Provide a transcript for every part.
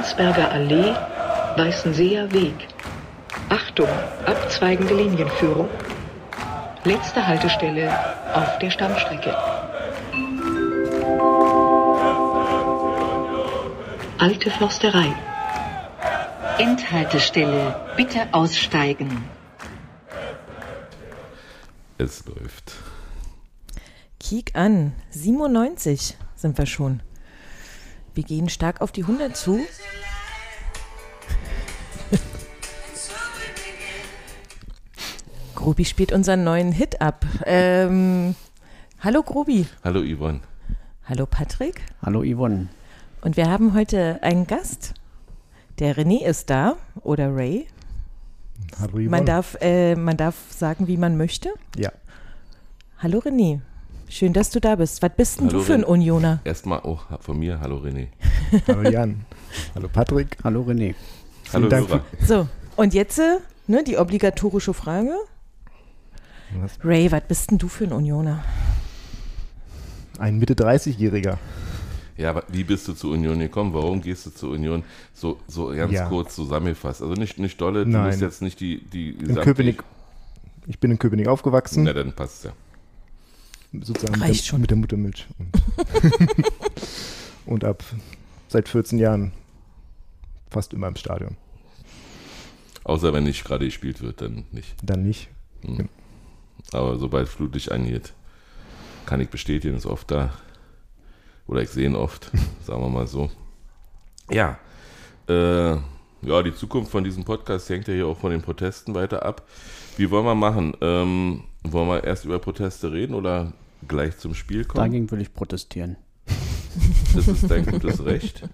Landsberger Allee, Weißenseer Weg. Achtung, abzweigende Linienführung. Letzte Haltestelle auf der Stammstrecke. Alte Försterei. Endhaltestelle, bitte aussteigen. Es läuft. Kiek an, 97 sind wir schon. Wir gehen stark auf die 100 zu. Grobi spielt unseren neuen Hit ab. Hallo Grobi. Hallo Yvonne. Hallo Patrick. Hallo Yvonne. Und wir haben heute einen Gast. Der René ist da, oder Ray. Hallo Yvonne. Man darf sagen, wie man möchte. Ja. Hallo René. Schön, dass du da bist. Was bist denn Hallo du für ein Unioner? Erstmal auch von mir, hallo René. Hallo Jan. Hallo Patrick. Hallo René. Hallo Dank Hörer. So, und jetzt die obligatorische Frage. Was? Ray, was bist denn du für ein Unioner? Ein Mitte-30-Jähriger. Ja, aber wie bist du zur Union gekommen? Warum gehst du zur Union? So ganz kurz zusammengefasst. Also nicht dolle, du Nein. musst jetzt nicht die In Köpenick. Ich bin in Köpenick aufgewachsen. Na, dann passt's ja. Sozusagen Reicht schon. mit der Muttermilch. Und seit 14 Jahren fast immer im Stadion. Außer wenn nicht gerade gespielt wird, dann nicht. Dann nicht. Hm. Aber sobald Flutlicht angeht, kann ich bestätigen, ist oft da. Oder ich sehe ihn oft, sagen wir mal so. Ja, die Zukunft von diesem Podcast hängt ja hier auch von den Protesten weiter ab. Wie wollen wir machen? Wollen wir erst über Proteste reden oder gleich zum Spiel kommen? Dagegen will ich protestieren. Das ist dein gutes Recht.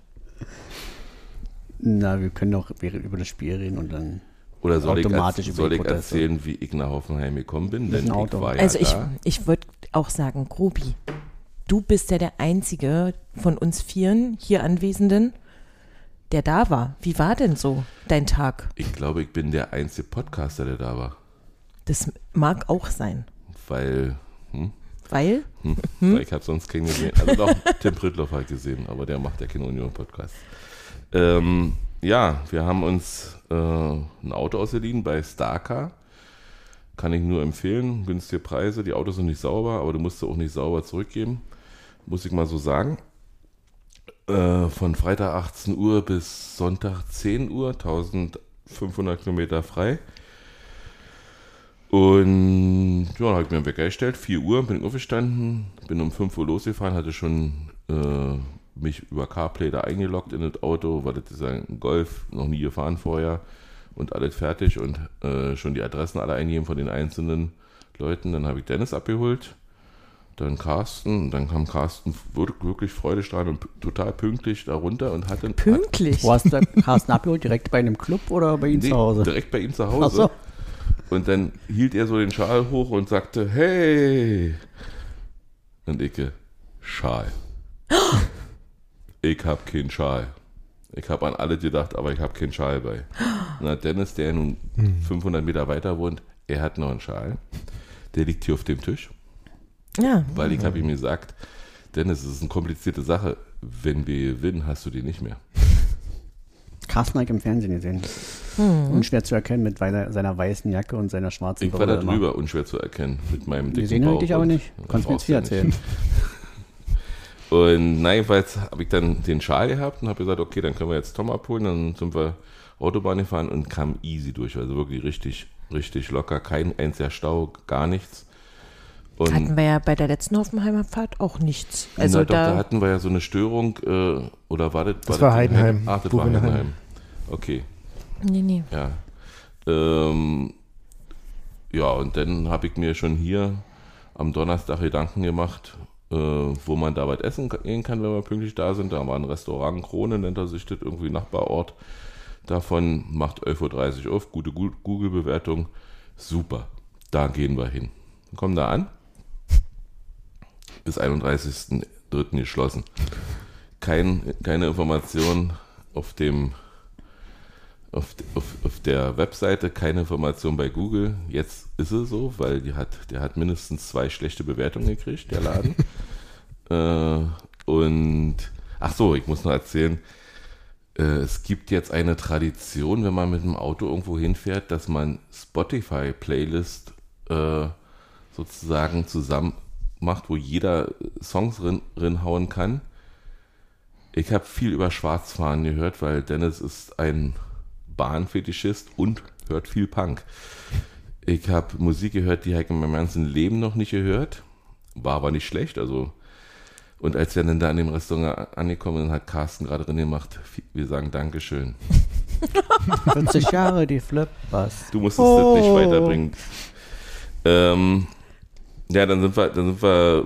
Na, wir können doch über das Spiel reden und dann Oder soll automatisch ich über die Proteste. erzählen, wie ich nach Hoffenheim gekommen bin? Mit Denn dem Auto. ich war ja Also da. ich würde auch sagen, Grobi, du bist ja der Einzige von uns Vieren hier Anwesenden, der da war. Wie war denn so dein Tag? Ich glaube, ich bin der einzige Podcaster, der da war. Das mag auch sein. Weil ich habe sonst keinen gesehen. Also doch, Tim Prittloff halt gesehen, aber der macht ja keinen Union-Podcast. Wir haben uns ein Auto ausgeliehen bei Starcar. Kann ich nur empfehlen. Günstige Preise, die Autos sind nicht sauber, aber du musst sie auch nicht sauber zurückgeben. Muss ich mal so sagen. Von Freitag 18 Uhr bis Sonntag 10 Uhr, 1500 Kilometer frei. Und ja, dann habe ich mir einen Wecker gestellt, 4 Uhr bin ich aufgestanden, bin um 5 Uhr losgefahren, hatte schon mich über CarPlay da eingeloggt in das Auto, weil das ist ein Golf, noch nie gefahren vorher und alles fertig und schon die Adressen alle eingegeben von den einzelnen Leuten. Dann habe ich Dennis abgeholt, dann Carsten, und dann kam Carsten wirklich freudestrahlend und total pünktlich da runter und hatte... Pünktlich? Wo hast du Carsten abgeholt? Direkt bei einem Club oder bei ihm zu Hause? Direkt bei ihm zu Hause. Ach so. Und dann hielt er so den Schal hoch und sagte, hey. Und ich, Schal. Ich hab keinen Schal. Ich habe an alle gedacht, aber ich habe keinen Schal bei. Na, Dennis, der nun 500 Meter weiter wohnt, er hat noch einen Schal. Der liegt hier auf dem Tisch. Ja. Weil ich habe ihm gesagt, Dennis, es ist eine komplizierte Sache. Wenn wir gewinnen, hast du die nicht mehr. Carsten habe ich im Fernsehen gesehen. Unschwer zu erkennen mit seiner weißen Jacke und seiner schwarzen Ich war da drüber unschwer zu erkennen mit meinem dicken gesehen Bauch. habe ich dich aber nicht. Du kannst mir jetzt viel erzählen. Und na, jedenfalls habe ich dann den Schal gehabt und habe gesagt, okay, dann können wir jetzt Tom abholen. Dann sind wir Autobahn gefahren und kamen easy durch. Also wirklich richtig, richtig locker. Kein einziger Stau, gar nichts. Und Hatten wir ja bei der letzten Hoffenheimer Fahrt auch nichts. Also da hatten wir ja so eine Störung. Oder war das? Das war Heidenheim. Ach, das Wo war wir Heidenheim. Okay. Nee. Ja. Und dann habe ich mir schon hier am Donnerstag Gedanken gemacht, wo man da was essen gehen kann, wenn wir pünktlich da sind. Da war ein Restaurant, Krone nennt er sich das, irgendwie Nachbarort. Davon macht 11.30 Uhr auf, gute Google-Bewertung. Super, da gehen wir hin. Kommen da an. Bis 31.03. geschlossen. Keine Information auf der Webseite, keine Information bei Google. Jetzt ist es so, weil der hat mindestens 2 schlechte Bewertungen gekriegt, der Laden. Ich muss noch erzählen, Es gibt jetzt eine Tradition, wenn man mit dem Auto irgendwo hinfährt, dass man Spotify-Playlist sozusagen zusammen macht, wo jeder Songs reinhauen kann. Ich habe viel über Schwarzfahren gehört, weil Dennis ist ein Bahnfetischist und hört viel Punk. Ich habe Musik gehört, die habe ich in meinem ganzen Leben noch nicht gehört. War aber nicht schlecht, also. Und als wir dann da in dem Restaurant angekommen sind, hat Carsten gerade drin gemacht, wir sagen Dankeschön. 40 Jahre, die Flippers. Du musstest das nicht weiterbringen. Ja, dann sind wir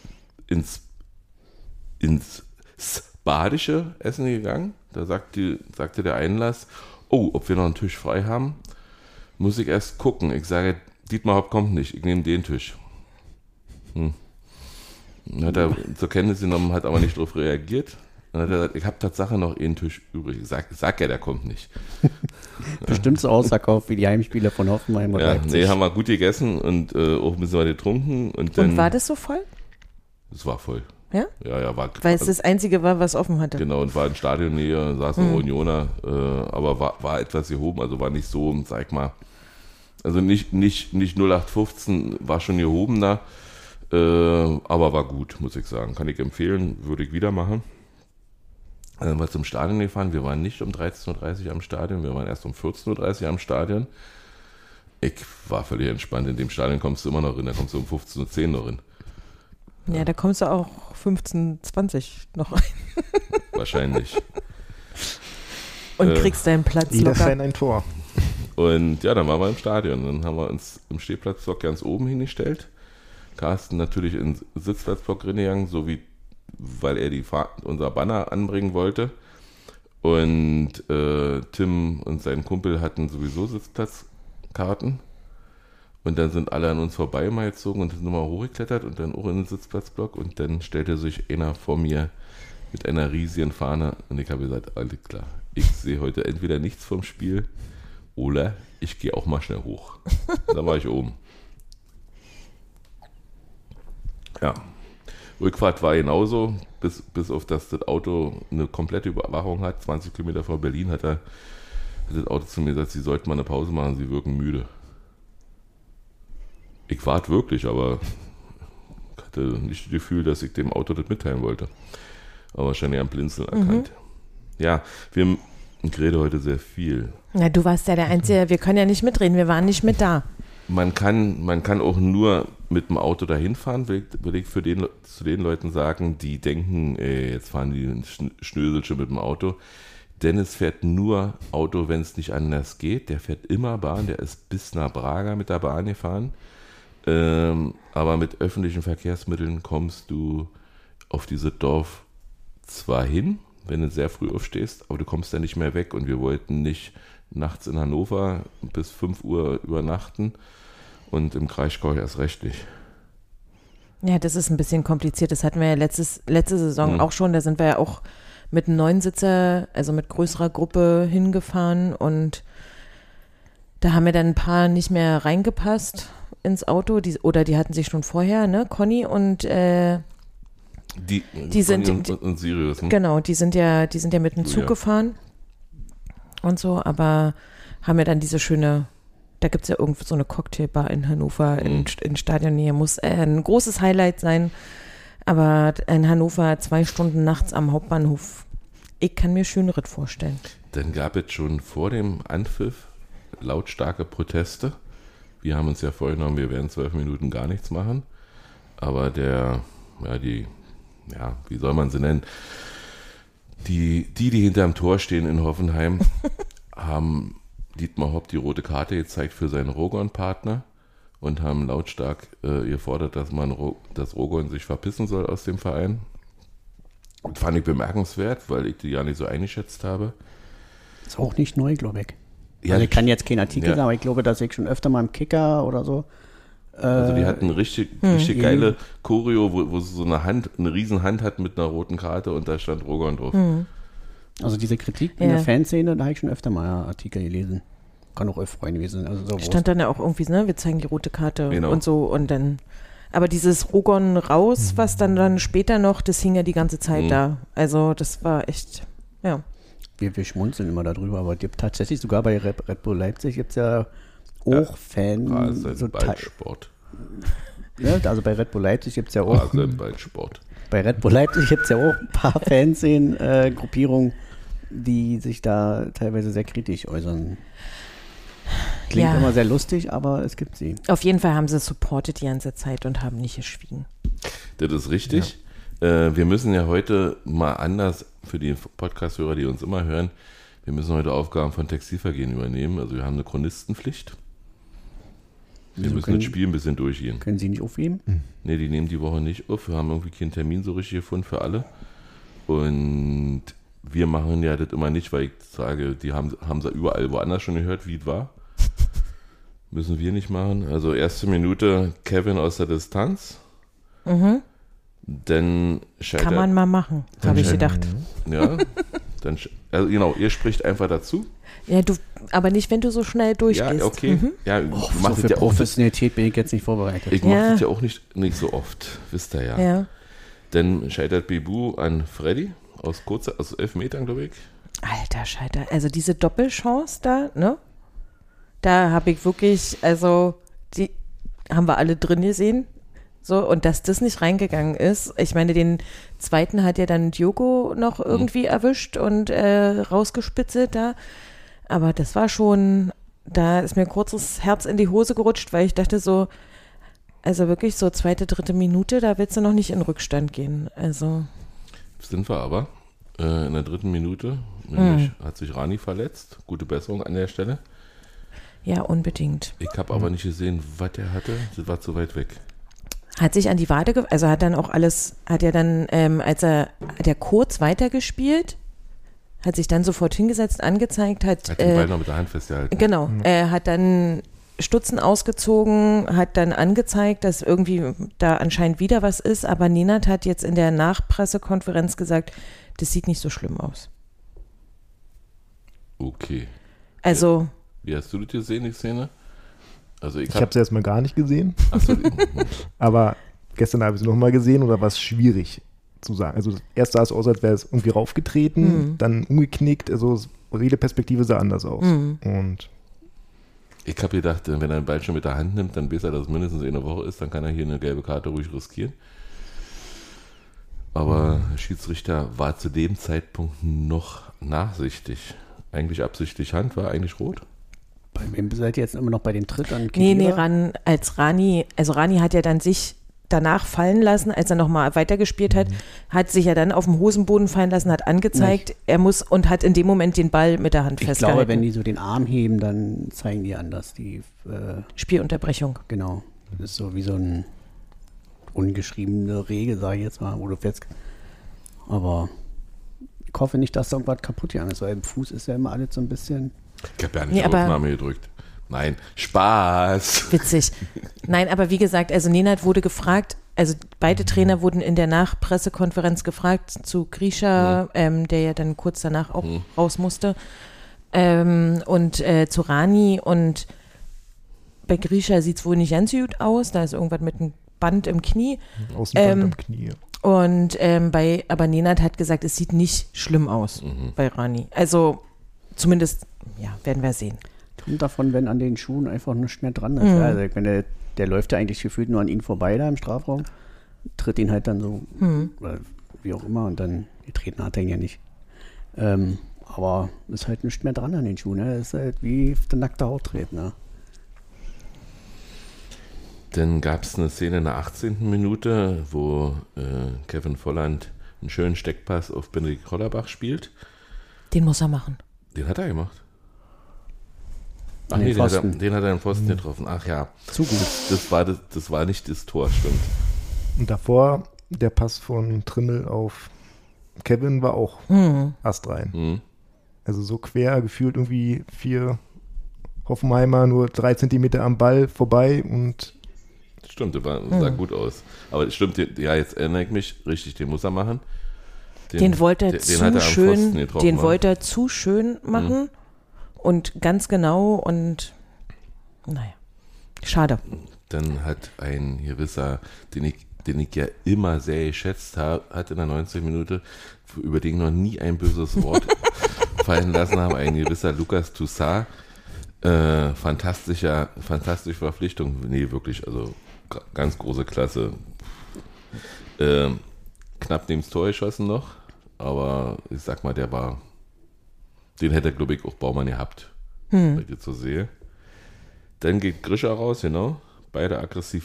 ins Badische essen gegangen. Da sagte der Einlass, ob wir noch einen Tisch frei haben, muss ich erst gucken. Ich sage, Dietmar Hopp kommt nicht, ich nehme den Tisch. Dann hat er zur Kenntnis genommen, hat aber nicht darauf reagiert. Dann hat er gesagt, ich habe Tatsache noch einen Tisch übrig. Ich sag ja, der kommt nicht. Bestimmt so ausverkauft wie die Heimspiele von Hoffenheim oder Leipzig. Nee, haben wir gut gegessen und auch ein bisschen was getrunken. Und war das so voll? Es war voll. Ja? Ja, war. Weil es das Einzige war, was offen hatte. Genau, und war in Stadionnähe, saß in Unioner, aber war etwas gehoben, also war nicht so, sag mal, also nicht 0815, war schon gehobener, aber war gut, muss ich sagen. Kann ich empfehlen, würde ich wieder machen. Dann sind wir zum Stadion gefahren, wir waren nicht um 13.30 Uhr am Stadion, wir waren erst um 14.30 Uhr am Stadion. Ich war völlig entspannt, in dem Stadion kommst du immer noch rein, da kommst du um 15.10 Uhr noch rein. Ja, da kommst du auch 15:20 noch rein. Wahrscheinlich. Und kriegst deinen Platz Jeder locker. Fan ein Tor. Und ja, dann waren wir im Stadion. Dann haben wir uns im Stehplatzblock ganz oben hingestellt. Carsten natürlich in den Sitzplatzblock reingegangen, weil er unser Banner anbringen wollte. Und Tim und sein Kumpel hatten sowieso Sitzplatzkarten. Und dann sind alle an uns vorbei mal gezogen und sind nochmal hochgeklettert und dann auch in den Sitzplatzblock. Und dann stellte sich einer vor mir mit einer riesigen Fahne. Und ich habe gesagt, alles klar, ich sehe heute entweder nichts vom Spiel oder ich gehe auch mal schnell hoch. Da war ich oben. Ja, Rückfahrt war genauso, bis auf dass das Auto eine komplette Überwachung hat. 20 Kilometer vor Berlin hat das Auto zu mir gesagt, sie sollten mal eine Pause machen, sie wirken müde. Ich warte wirklich, aber ich hatte nicht das Gefühl, dass ich dem Auto das mitteilen wollte. Aber wahrscheinlich am Blinzeln erkannt. Ja, ich rede heute sehr viel. Na, du warst ja der Einzige, wir können ja nicht mitreden, wir waren nicht mit da. Man kann auch nur mit dem Auto dahin fahren, will ich zu den Leuten sagen, die denken, jetzt fahren die ein Schnöselchen mit dem Auto. Dennis fährt nur Auto, wenn es nicht anders geht. Der fährt immer Bahn, der ist bis nach Braga mit der Bahn gefahren. Aber mit öffentlichen Verkehrsmitteln kommst du auf dieses Dorf zwar hin, wenn du sehr früh aufstehst, aber du kommst da nicht mehr weg. Und wir wollten nicht nachts in Hannover bis 5 Uhr übernachten und im Kraichgau erst recht nicht. Ja, das ist ein bisschen kompliziert. Das hatten wir ja letzte Saison auch schon. Da sind wir ja auch mit einem Neunsitzer, also mit größerer Gruppe hingefahren und da haben wir dann ein paar nicht mehr reingepasst ins Auto, die hatten sich schon vorher, ne, Conny und die sind und Sirius, ne? Genau, die sind ja mit dem Zug gefahren und so, aber haben ja dann diese schöne, da gibt es ja irgendwo so eine Cocktailbar in Hannover in Stadionnähe, muss ein großes Highlight sein, aber in Hannover 2 Stunden nachts am Hauptbahnhof, ich kann mir Schöneres vorstellen. Dann gab es schon vor dem Anpfiff lautstarke Proteste. Wir haben uns ja vorgenommen, wir werden 12 Minuten gar nichts machen, aber wie soll man sie nennen? Die hinterm Tor stehen in Hoffenheim, haben Dietmar Hopp die rote Karte gezeigt für seinen Rogon-Partner und haben lautstark gefordert, dass Rogon sich verpissen soll aus dem Verein. Und fand ich bemerkenswert, weil ich die ja nicht so eingeschätzt habe. Ist auch nicht neu, glaube ich. Ja, also ich kann jetzt keinen Artikel sagen, aber ich glaube, dass ich schon öfter mal im Kicker oder so. Also die hatten richtig geile Choreo, wo sie so eine riesen Hand hat mit einer roten Karte und da stand Rogon drauf. Also diese Kritik in der Fanszene, da habe ich schon öfter mal Artikel gelesen. Kann auch Freunde gewesen sein. Also so stand dann ja auch irgendwie, ne, wir zeigen die rote Karte genau. Und so und dann, aber dieses Rogon raus, was dann später noch, das hing ja die ganze Zeit da. Also das war echt, ja. Wir schmunzeln immer darüber, aber gibt tatsächlich sogar bei Red Bull Leipzig gibt es ja auch Fans. Also Ballsport. Ja, also bei Red Bull Leipzig gibt es ja auch. Ballsport. Bei Red Bull Leipzig gibt es ja auch ein paar Fanszenen, Gruppierungen, die sich da teilweise sehr kritisch äußern. Klingt immer sehr lustig, aber es gibt sie. Auf jeden Fall haben sie supportet die ganze Zeit und haben nicht geschwiegen. Das ist richtig. Ja. Wir müssen ja heute mal anders für die Podcast-Hörer, die uns immer hören, wir müssen heute Aufgaben von Textilvergehen übernehmen. Also wir haben eine Chronistenpflicht. Wir müssen das Spiel ein bisschen durchgehen. Können Sie nicht aufheben? Nee, die nehmen die Woche nicht auf. Wir haben irgendwie keinen Termin so richtig gefunden für alle. Und wir machen ja das immer nicht, weil ich sage, die haben sie überall woanders schon gehört, wie es war. Müssen wir nicht machen. Also erste Minute Kevin aus der Distanz. Mhm. Dann scheitert. Kann man mal machen, habe ich gedacht. Ja, dann, also genau, ihr spricht einfach dazu. Ja, aber nicht, wenn du so schnell durchgehst. Ja, okay. Mhm. Ja, So für Professionalität bin ich jetzt nicht vorbereitet. Ich mache das ja auch nicht so oft, wisst ihr ja. Ja. Dann scheitert Bebu an Freddy aus 11 Metern, glaube ich. Alter Scheiter, also diese Doppelchance da, ne? Da habe ich wirklich, also die haben wir alle drin gesehen. So, und dass das nicht reingegangen ist. Ich meine, den zweiten hat ja dann Diogo noch irgendwie erwischt und rausgespitzelt da. Aber das war schon, da ist mir kurz das Herz in die Hose gerutscht, weil ich dachte so, also wirklich so 2., 3. Minute, da willst du noch nicht in Rückstand gehen. Also. Sind wir aber in der 3. Minute. Nämlich hat sich Rani verletzt. Gute Besserung an der Stelle. Ja, unbedingt. Ich habe aber nicht gesehen, was er hatte. Das war zu weit weg. Hat sich an die Wade, also hat dann auch alles, hat er dann, hat er kurz weitergespielt, hat sich dann sofort hingesetzt, angezeigt, hat den Ball noch mit der Hand festgehalten. Genau, hat dann Stutzen ausgezogen, hat dann angezeigt, dass irgendwie da anscheinend wieder was ist, aber Nenad hat jetzt in der Nachpressekonferenz gesagt, das sieht nicht so schlimm aus. Okay. Also. Wie hast du das gesehen, die Szene? Also ich habe es erstmal gar nicht gesehen. Ach so, aber gestern habe ich es nochmal gesehen oder war es schwierig zu sagen. Also erst sah es aus, als wäre es irgendwie raufgetreten, dann umgeknickt. Also jede Perspektive sah anders aus. Und ich habe gedacht, wenn er den Ball schon mit der Hand nimmt, dann bis er das mindestens in der Woche ist, dann kann er hier eine gelbe Karte ruhig riskieren. Aber der Schiedsrichter war zu dem Zeitpunkt noch nachsichtig. Eigentlich absichtlich Hand, war eigentlich rot. Bei wem seid ihr jetzt immer noch bei den Tritt an Kedira? Nee, Rani hat ja dann sich danach fallen lassen, als er nochmal weitergespielt hat, hat sich ja dann auf dem Hosenboden fallen lassen, hat angezeigt, er muss und hat in dem Moment den Ball mit der Hand festgehalten. Ich glaube, wenn die so den Arm heben, dann zeigen die anders. Die Spielunterbrechung. Genau. Das ist so wie so eine ungeschriebene Regel, sage ich jetzt mal, wo du fest. Aber ich hoffe nicht, dass da irgendwas kaputt gegangen ist, weil im Fuß ist ja immer alles so ein bisschen. Ich habe ja nicht Aufnahme gedrückt. Nein, Spaß. Witzig. Nein, aber wie gesagt, also Nenad wurde gefragt, also beide Trainer wurden in der Nachpressekonferenz gefragt zu Grisha, der ja dann kurz danach auch raus musste, und zu Rani, und bei Grisha sieht es wohl nicht ganz gut aus, da ist irgendwas mit einem Band im Knie. Außenband am Knie. Und aber Nenad hat gesagt, es sieht nicht schlimm aus bei Rani. Also zumindest, ja, werden wir sehen. Und davon, wenn an den Schuhen einfach nichts mehr dran ist. Ja, also wenn der läuft ja eigentlich gefühlt nur an ihn vorbei da im Strafraum, tritt ihn halt dann so, oder wie auch immer, und dann, getreten hat er ihn ja nicht. Aber ist halt nichts mehr dran an den Schuhen. Ne? Ist halt wie auf der nackte Haut treten. Ne? Dann gab es eine Szene in der 18. Minute, wo Kevin Volland einen schönen Steckpass auf Benedikt Hollerbach spielt. Den muss er machen. Den hat er gemacht. Ach nee, den hat er im Pfosten getroffen. Ach ja. Zu gut. Das war nicht das Tor, stimmt. Und davor, der Pass von Trimmel auf Kevin war auch astrein. Also so quer, gefühlt irgendwie 4 Hoffenheimer, nur 3 Zentimeter am Ball vorbei und. Stimmt, das sah gut aus. Aber das stimmt, ja, jetzt erinnere ich mich, richtig, den muss er machen. Den wollte er zu schön machen. Und ganz genau und naja, schade. Dann hat ein gewisser, den ich ja immer sehr geschätzt habe, hat in der 90. Minute, über den ich noch nie ein böses Wort fallen lassen haben, ein gewisser Lucas Toussaint. Fantastische Verpflichtung. Nee, wirklich, also ganz große Klasse. Knapp neben das Tor geschossen noch, aber ich sag mal, den hätte, glaube ich, auch Baumann gehabt, wenn ich das so sehe. Dann geht Grischer raus, genau. Beide aggressive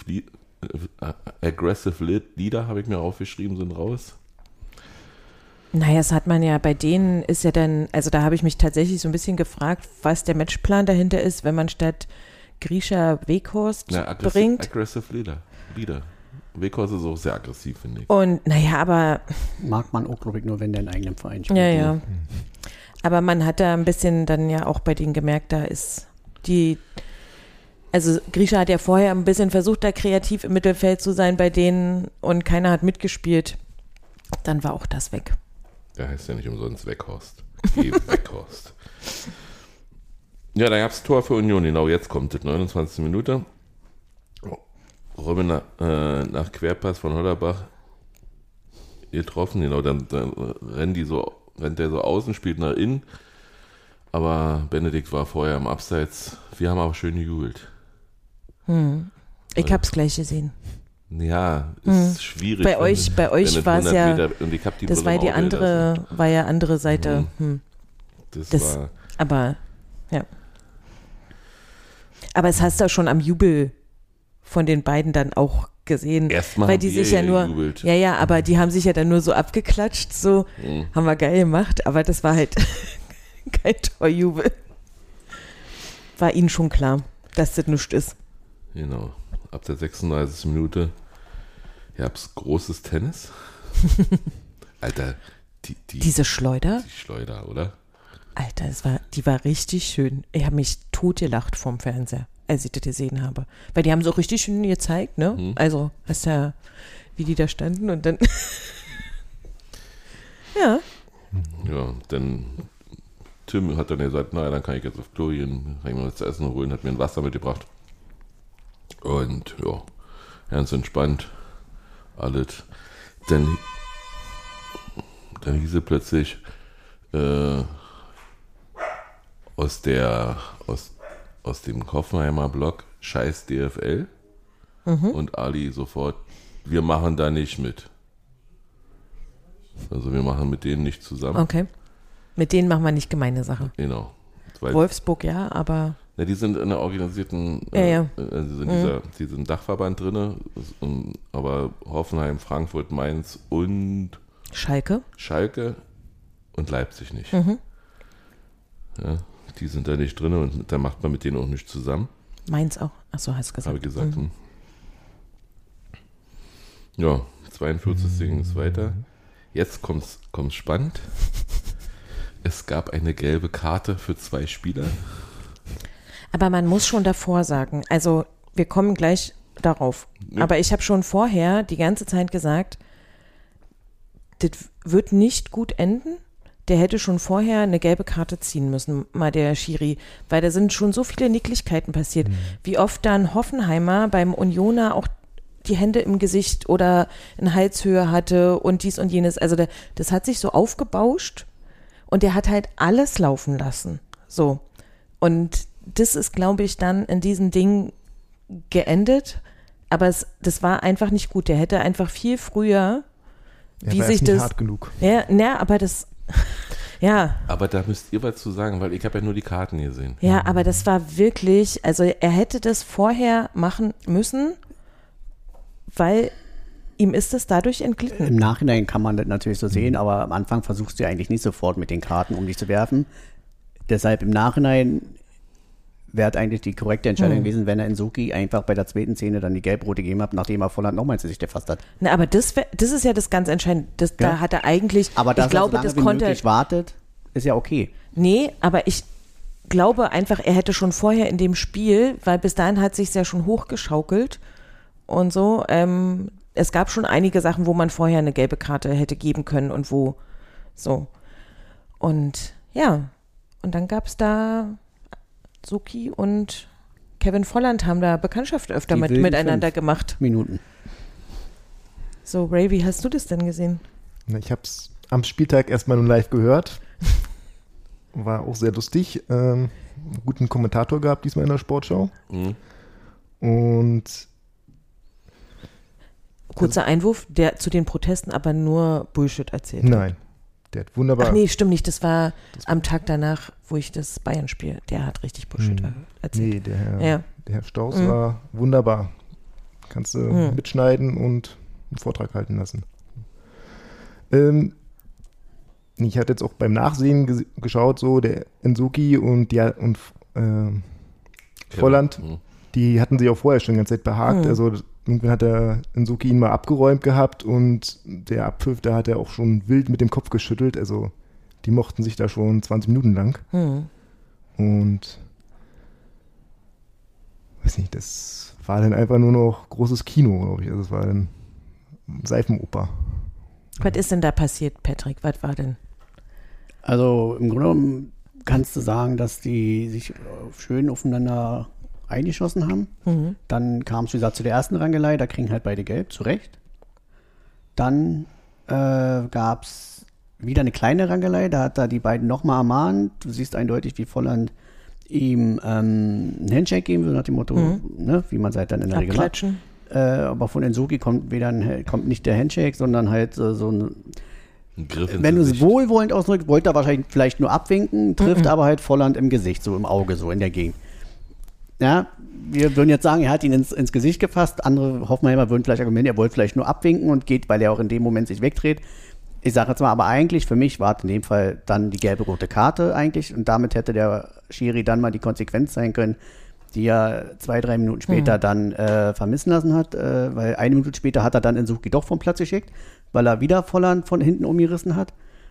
Leader, habe ich mir aufgeschrieben, sind raus. Naja, das hat man ja, bei denen ist ja dann, also da habe ich mich tatsächlich so ein bisschen gefragt, was der Matchplan dahinter ist, wenn man statt Grisha Weghorst bringt. Aggressive Leader. Weghorst ist auch sehr aggressiv, finde ich. Und naja, aber... Mag man auch, glaube ich, nur, wenn der in eigenem Verein spielt. Ja. Aber man hat da ein bisschen dann ja auch bei denen gemerkt, da ist also Grisha hat ja vorher ein bisschen versucht, da kreativ im Mittelfeld zu sein bei denen und keiner hat mitgespielt. Dann war auch das weg. Der heißt ja nicht umsonst Weghorst. Weghorst. Ja, da gab es Tor für Union, genau, jetzt kommt es, 29. Minute. Robin nach Querpass von Hollerbach getroffen, genau, dann rennt der so außen, spielt nach innen, aber Benedikt war vorher im Abseits. Wir haben aber schön gejubelt. Ich hab's gleich gesehen. Ja, ist schwierig. Bei euch war es ja, das war die andere, lassen. war ja andere Seite. Das war, aber, ja. Aber es hast du schon am Jubel von den beiden dann auch gesehen. Erstmal weil die sich ja nur, gejubelt. Ja, aber die haben sich ja dann nur so abgeklatscht, so, haben wir geil gemacht, aber das war halt kein Torjubel. War ihnen schon klar, dass das nichts ist. Genau. Ab der 36. Minute gab's großes Tennis. Alter, diese Schleuder? Die Schleuder, oder? Alter, die war richtig schön. Ich habe mich totgelacht vom Fernseher, als ich das gesehen habe. Weil die haben so richtig schön gezeigt, ne? Also, hast ja, wie die da standen und dann ja. Ja, dann Tim hat dann gesagt, naja, dann kann ich jetzt auf Klo gehen, kann ich mir was zu essen holen, hat mir ein Wasser mitgebracht. Und ja, ganz entspannt, alles. Dann hieß es plötzlich aus dem Hoffenheimer Blog Scheiß DFL und Ali sofort, wir machen da nicht mit. Also wir machen mit denen nicht zusammen. Okay. Mit denen machen wir nicht gemeine Sache. Genau. Wolfsburg ja, aber... Ja, die sind in der organisierten, die sind im Dachverband drin, aber Hoffenheim, Frankfurt, Mainz und Schalke und Leipzig nicht. Ja, die sind da nicht drin und da macht man mit denen auch nicht zusammen. Mainz auch. Achso, hast du gesagt. Habe ich gesagt. Ja, 42. ging es weiter. Jetzt kommt's spannend. Es gab eine gelbe Karte für 2 Spieler. Aber man muss schon davor sagen, also wir kommen gleich darauf, aber ich habe schon vorher die ganze Zeit gesagt, das wird nicht gut enden. Der hätte schon vorher eine gelbe Karte ziehen müssen, mal der Schiri, weil da sind schon so viele Nicklichkeiten passiert. Wie oft dann Hoffenheimer beim Unioner auch die Hände im Gesicht oder in Halshöhe hatte und dies und jenes. Also das hat sich so aufgebauscht und der hat halt alles laufen lassen. So. Und das ist, glaube ich, dann in diesem Ding geendet. Aber das war einfach nicht gut. Der hätte einfach viel früher, wie sich das. Hart genug. Ja, aber das. Ja. Aber da müsst ihr was zu sagen, weil ich habe ja nur die Karten gesehen. Ja, aber das war wirklich, also er hätte das vorher machen müssen, weil ihm ist es dadurch entglitten. Im Nachhinein kann man das natürlich so sehen, aber am Anfang versuchst du ja eigentlich nicht sofort mit den Karten um dich zu werfen. Deshalb im Nachhinein wäre eigentlich die korrekte Entscheidung gewesen, wenn er Insuki einfach bei der zweiten Szene dann die Gelbrote gegeben hat, nachdem er Volland nochmal ins Gesicht erfasst hat. Na, aber das ist ja das ganz Entscheidende. Da hat er eigentlich, aber dass ich glaube, er so lange das konnte wie möglich wartet, ist ja okay. Nee, aber ich glaube einfach, er hätte schon vorher in dem Spiel, weil bis dahin hat sich ja schon hochgeschaukelt und so, es gab schon einige Sachen, wo man vorher eine gelbe Karte hätte geben können und wo so. Und ja, und dann gab es da Suki und Kevin Volland haben da Bekanntschaft öfter miteinander gemacht. Minuten. So, Ray, wie hast du das denn gesehen? Ich habe es am Spieltag erstmal nur live gehört war auch sehr lustig. Guten Kommentator gehabt diesmal in der Sportschau. Und kurzer Einwurf, der zu den Protesten aber nur Bullshit erzählt hat. Nein, der hat wunderbar. Ach nee, stimmt nicht. Das war am Tag danach, wo ich das Bayern-Spiel. Der hat richtig Bullshit erzählt. Nee, der Herr Strauß war wunderbar. Kannst du mitschneiden und einen Vortrag halten lassen. Ich hatte jetzt auch beim Nachsehen geschaut, so der Nzouki und Volland, die hatten sich auch vorher schon die ganze Zeit behagt. Also irgendwann hat der Nzouki ihn mal abgeräumt gehabt und der Abpfiff, da hat er auch schon wild mit dem Kopf geschüttelt. Also die mochten sich da schon 20 Minuten lang. Und weiß nicht, das war dann einfach nur noch großes Kino, glaube ich. Also es war dann Seifenoper. Was ist denn da passiert, Patrick? Was war denn? Also im Grunde genommen kannst du sagen, dass die sich schön aufeinander eingeschossen haben. Dann kam es, wie gesagt, zu der ersten Rangelei, da kriegen halt beide gelb, zu Recht. Dann gab es wieder eine kleine Rangelei, da hat er die beiden nochmal ermahnt. Du siehst eindeutig, wie Volland ihm einen Handshake geben will, nach dem Motto, ne, wie man es halt dann in der Regel macht. Aber von Nzouki kommt nicht der Handshake, sondern halt so ein Griff ins Wenn du es wohlwollend ausdrückst, wollte er wahrscheinlich vielleicht nur abwinken, trifft aber halt Volland im Gesicht, so im Auge, so in der Gegend. Ja, wir würden jetzt sagen, er hat ihn ins Gesicht gefasst. Andere Hoffenheimer würden vielleicht argumentieren, er wollte vielleicht nur abwinken und geht, weil er auch in dem Moment sich wegdreht. Ich sage jetzt mal, aber eigentlich für mich war in dem Fall dann die gelbe-rote Karte eigentlich und damit hätte der Schiri dann mal die Konsequenz sein können, die er 2-3 Minuten später dann vermissen lassen hat, weil 1 Minute später hat er dann Nzouki doch vom Platz geschickt, weil er wieder Volland von hinten umgerissen hat.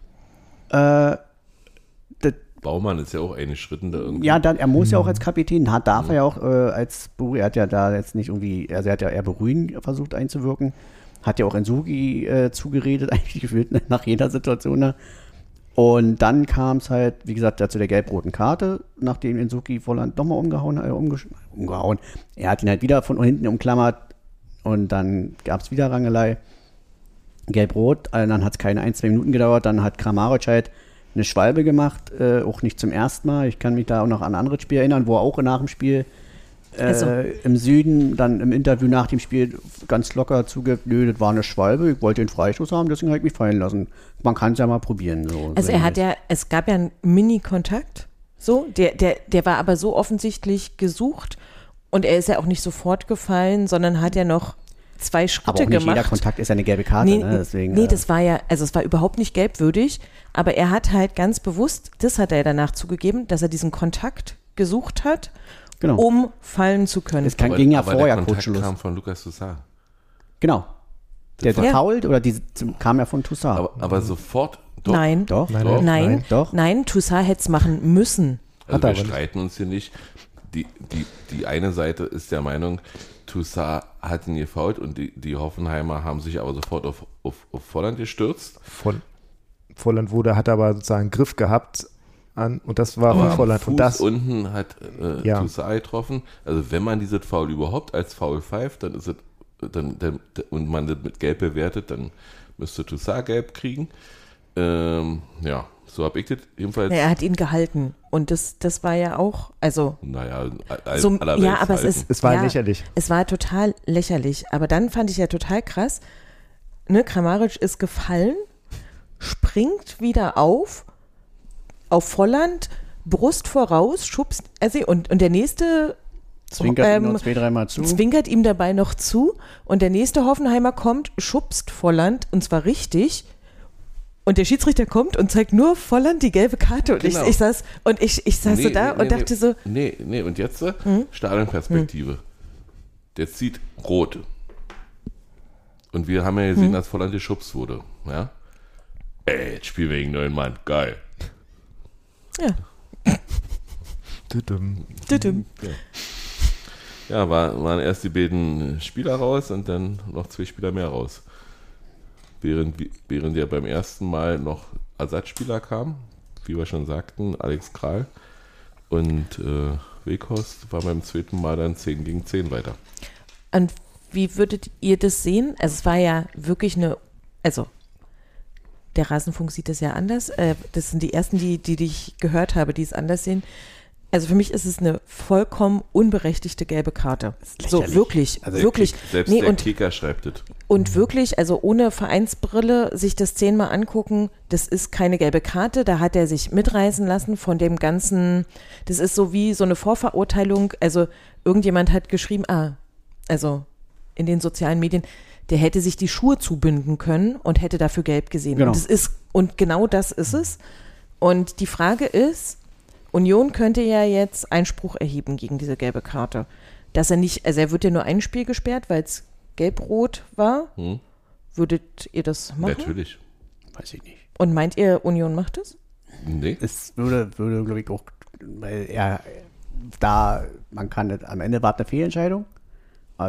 Baumann ist ja auch eingeschritten da irgendwie. Ja, er muss ja auch als Kapitän, darf er ja auch als Buri, er hat ja da jetzt nicht irgendwie, also er hat ja eher Beruhigen versucht einzuwirken, hat ja auch Nzouki zugeredet, eigentlich gefühlt nach jeder Situation da. Und dann kam es halt, wie gesagt, zu der gelb-roten Karte, nachdem Nzouki Volland nochmal umgehauen. Er hat ihn halt wieder von hinten umklammert und dann gab es wieder Rangelei. Gelb-rot, dann hat es keine 1-2 Minuten gedauert, dann hat Kramaric halt eine Schwalbe gemacht, auch nicht zum ersten Mal. Ich kann mich da auch noch an ein anderes Spiel erinnern, wo er auch nach dem Spiel im Süden dann im Interview nach dem Spiel ganz locker zugibt, nö, das war eine Schwalbe, ich wollte den Freistoß haben, deswegen habe ich mich fallen lassen. Man kann es ja mal probieren. So, also es gab ja einen Mini-Kontakt, so, der war aber so offensichtlich gesucht und er ist ja auch nicht sofort gefallen, sondern hat ja noch 2 Schritte aber auch nicht gemacht. Jeder Kontakt ist ja eine gelbe Karte. Deswegen, das war ja, also es war überhaupt nicht gelbwürdig, aber er hat halt ganz bewusst, das hat er danach zugegeben, dass er diesen Kontakt gesucht hat, um fallen zu können. Das ging ja vorher kurz. Der Kontakt kam von Lucas Toussaint. Genau. Der gefoult oder kam ja von Toussaint. Aber sofort. Doch. Nein. Nein, Toussaint hätte es machen müssen. Also wir streiten uns hier nicht. Die eine Seite ist der Meinung, Toussaint hat ihn gefoult und die Hoffenheimer haben sich aber sofort auf Volland gestürzt. Volland hat aber sozusagen einen Griff gehabt und das war von Volland. Fuß und das unten hat Toussaint getroffen. Also wenn man dieses Foul überhaupt als Foul pfeift, dann ist es und man das mit Gelb bewertet, dann müsste Toussaint gelb kriegen. So habe ich das jedenfalls. Er hat ihn gehalten und das war ja auch, also. Naja, aber es war lächerlich. Es war total lächerlich, aber dann fand ich ja total krass, ne, Kramaric ist gefallen, springt wieder auf Volland, Brust voraus, schubst, und der nächste zwinkert ihm noch 2-3 Mal zu. Zwinkert ihm dabei noch zu und der nächste Hoffenheimer kommt, schubst Volland und zwar richtig. Und der Schiedsrichter kommt und zeigt nur Volland die gelbe Karte. Und genau. ich saß so da und dachte so. Nee, und jetzt Stadionperspektive. Der zieht rot. Und wir haben ja gesehen, dass Volland geschubst wurde. Ja? Jetzt spielen wir gegen 9 Mann. Geil. Ja. Ja, waren erst die beiden Spieler raus und dann noch 2 Spieler mehr raus. Während ja beim ersten Mal noch Ersatzspieler kamen, wie wir schon sagten, Alex Kral und Weghorst war beim zweiten Mal dann 10 gegen 10 weiter. Und wie würdet ihr das sehen? Also es war ja wirklich der Rasenfunk sieht das ja anders. Das sind die ersten, die ich gehört habe, die es anders sehen. Also für mich ist es eine vollkommen unberechtigte gelbe Karte. So, wirklich, also wirklich. Selbst der Kicker schreibt es. Und wirklich, also ohne Vereinsbrille sich das 10-mal angucken, das ist keine gelbe Karte, da hat er sich mitreißen lassen von dem ganzen, das ist so wie so eine Vorverurteilung, also irgendjemand hat geschrieben, also in den sozialen Medien, der hätte sich die Schuhe zubinden können und hätte dafür gelb gesehen. Genau. Und genau das ist es. Und die Frage ist, Union könnte ja jetzt Einspruch erheben gegen diese gelbe Karte. Dass er nicht, also er wird ja nur ein Spiel gesperrt, weil es gelb-rot war. Würdet ihr das machen? Natürlich. Weiß ich nicht. Und meint ihr, Union macht es? Nee. Es würde glaube ich, auch, weil man kann nicht, am Ende war es eine Fehlentscheidung, aber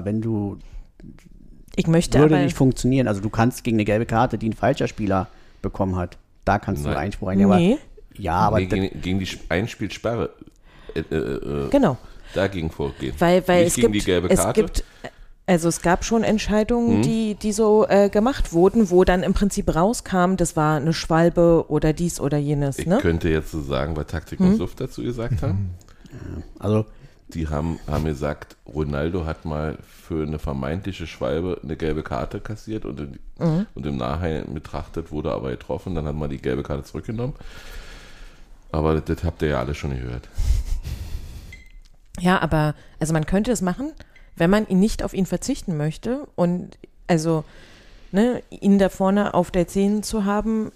würde nicht funktionieren. Also du kannst gegen eine gelbe Karte, die ein falscher Spieler bekommen hat, da kannst du Einspruch einnehmen. Nee. Aber gegen die Einspielsperre. Genau. Dagegen vorgehen. Weil nicht gegen die gelbe Karte. Es gab schon Entscheidungen, die so gemacht wurden, wo dann im Prinzip rauskam, das war eine Schwalbe oder dies oder jenes. Ich könnte jetzt so sagen, was Taktik und Suft dazu gesagt haben. Also die haben gesagt, Ronaldo hat mal für eine vermeintliche Schwalbe eine gelbe Karte kassiert und im Nachhinein betrachtet wurde aber getroffen, dann hat man die gelbe Karte zurückgenommen. Aber das habt ihr ja alle schon gehört. Ja, aber also man könnte es machen, wenn man nicht auf ihn verzichten möchte und also ihn da vorne auf der 10 zu haben,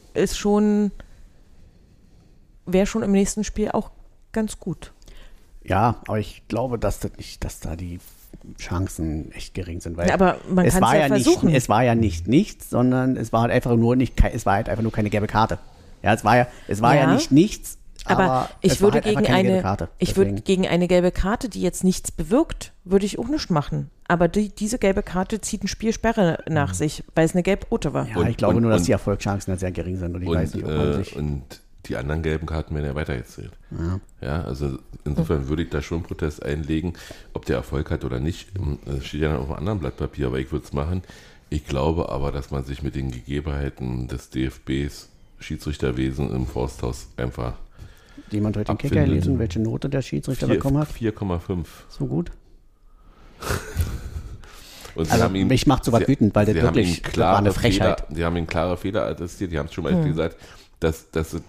wäre schon im nächsten Spiel auch ganz gut. Ja, aber ich glaube, dass da die Chancen echt gering sind, weil aber man kann es ja versuchen. Es war ja nicht nichts, sondern es war halt einfach nur keine gelbe Karte. Ja, es war ja nicht nichts. Aber ich würde gegen eine gelbe Karte, die jetzt nichts bewirkt, würde ich auch nichts machen. Aber diese gelbe Karte zieht eine Spielsperre nach sich, weil es eine gelb-rote war. Ja, ich glaube nur, dass die Erfolgschancen sehr gering sind und ich weiß nicht, ob man sich... Und die anderen gelben Karten werden ja weitergezählt. Ja, also insofern würde ich da schon Protest einlegen, ob der Erfolg hat oder nicht. Das steht ja dann auf einem anderen Blatt Papier, aber ich würde es machen. Ich glaube aber, dass man sich mit den Gegebenheiten des DFBs, Schiedsrichterwesen im Forsthaus einfach Jemand heute den Kicker lesen, welche Note der Schiedsrichter bekommen hat? 4,5. So gut? Und also mich macht sowas wütend, weil das wirklich war eine Frechheit. Die haben ihn klare Fehler attestiert, die haben es schon mal gesagt, dass es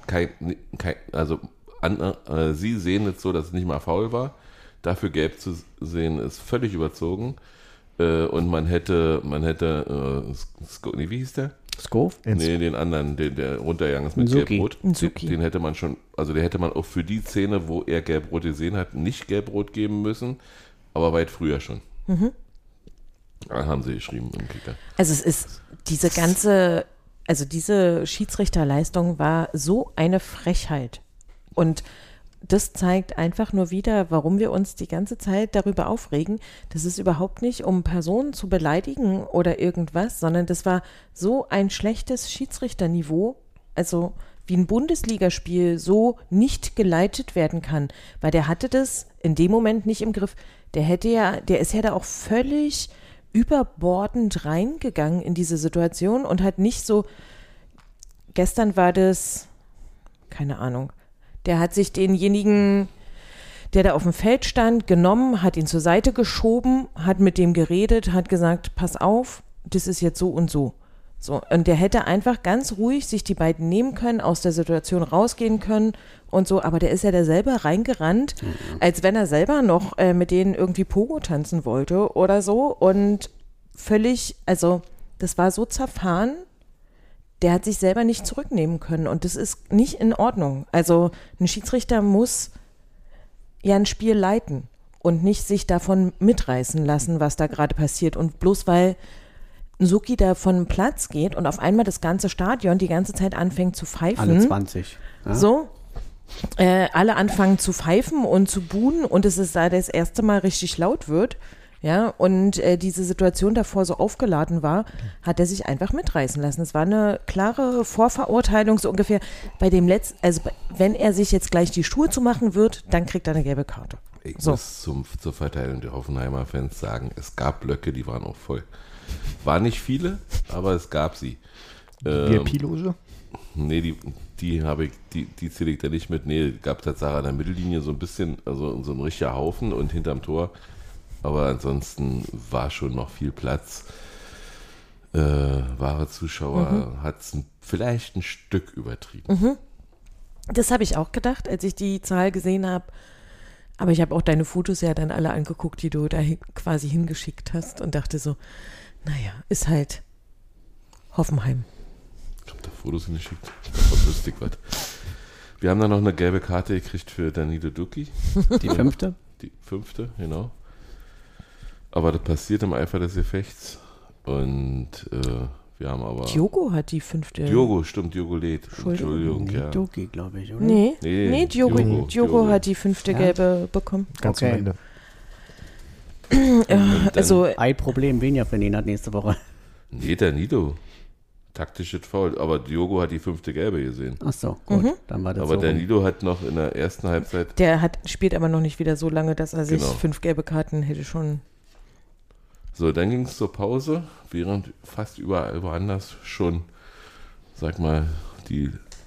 sie sehen es so, dass es nicht mal faul war. Dafür gelb zu sehen, ist völlig überzogen. Und man hätte wie hieß der? Skov? Nee, den anderen, der runtergegangen ist mit Gelb-Rot. Den hätte man schon, also der hätte man auch für die Szene, wo er Gelb-Rot gesehen hat, nicht Gelb-Rot geben müssen, aber weit früher schon. Da haben sie geschrieben im Kicker. Also es ist diese Schiedsrichterleistung war so eine Frechheit. Und das zeigt einfach nur wieder, warum wir uns die ganze Zeit darüber aufregen. Das ist überhaupt nicht, um Personen zu beleidigen oder irgendwas, sondern das war so ein schlechtes Schiedsrichterniveau, also wie ein Bundesligaspiel so nicht geleitet werden kann, weil der hatte das in dem Moment nicht im Griff. Der ist ja da auch völlig überbordend reingegangen in diese Situation und hat nicht so, gestern war das, keine Ahnung, der hat sich denjenigen, der da auf dem Feld stand, genommen, hat ihn zur Seite geschoben, hat mit dem geredet, hat gesagt, pass auf, das ist jetzt so und so. So, und der hätte einfach ganz ruhig sich die beiden nehmen können, aus der Situation rausgehen können und so, aber der ist ja da selber reingerannt, als wenn er selber noch mit denen irgendwie Pogo tanzen wollte oder so und völlig, also das war so zerfahren, der hat sich selber nicht zurücknehmen können und das ist nicht in Ordnung. Also ein Schiedsrichter muss ja ein Spiel leiten und nicht sich davon mitreißen lassen, was da gerade passiert. Und bloß weil Nsuki da von dem Platz geht und auf einmal das ganze Stadion die ganze Zeit anfängt zu pfeifen. Alle 20. Ja? So, alle anfangen zu pfeifen und zu buhen und es ist da das erste Mal richtig laut wird. Ja, und diese Situation davor so aufgeladen war, hat er sich einfach mitreißen lassen. Es war eine klare Vorverurteilung, so ungefähr bei dem wenn er sich jetzt gleich die Schuhe zu machen wird, dann kriegt er eine gelbe Karte. Ich muss zur Verteidigung der Hoffenheimer Fans sagen, es gab Blöcke, die waren auch voll. Waren nicht viele, aber es gab sie. VIP-Loge? Nee, die zähle ich da nicht mit. Nee, gab tatsächlich an der Mittellinie so ein bisschen, also so ein richtiger Haufen und hinterm Tor. Aber ansonsten war schon noch viel Platz. Wahre Zuschauer hat es vielleicht ein Stück übertrieben. Das habe ich auch gedacht, als ich die Zahl gesehen habe. Aber ich habe auch deine Fotos ja dann alle angeguckt, die du da quasi hingeschickt hast und dachte so, naja, ist halt Hoffenheim. Ich habe da Fotos hingeschickt. Das wüsste ich was. Wir haben dann noch eine gelbe Karte gekriegt für Danilo Duki. Die 5.? Die 5., genau. Aber das passiert im Eifer des Gefechts. Und wir haben aber... Diogo hat die 5. Diogo, stimmt, Diogo lädt. Entschuldigung, ja. Duki, glaube ich, oder? Nee, Diogo hat die 5. gelbe bekommen. Ganz am Ende. Also Ein Problem weniger für ihn hat nächste Woche. Nee, Danilo. Taktisches Foul. Aber Diogo hat die 5. gelbe gesehen. Ach so, gut. Dann war das Aber so. Danilo hat noch in der ersten Halbzeit... der spielt aber noch nicht wieder so lange, dass er sich Genau. 5 gelbe Karten hätte schon... So, dann ging es zur Pause, während fast überall woanders schon, sag mal, die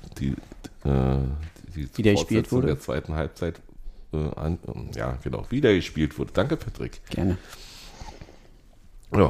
Wieder gespielt wurde. Der zweiten Halbzeit wieder gespielt wurde. Danke, Patrick. Gerne. Ja.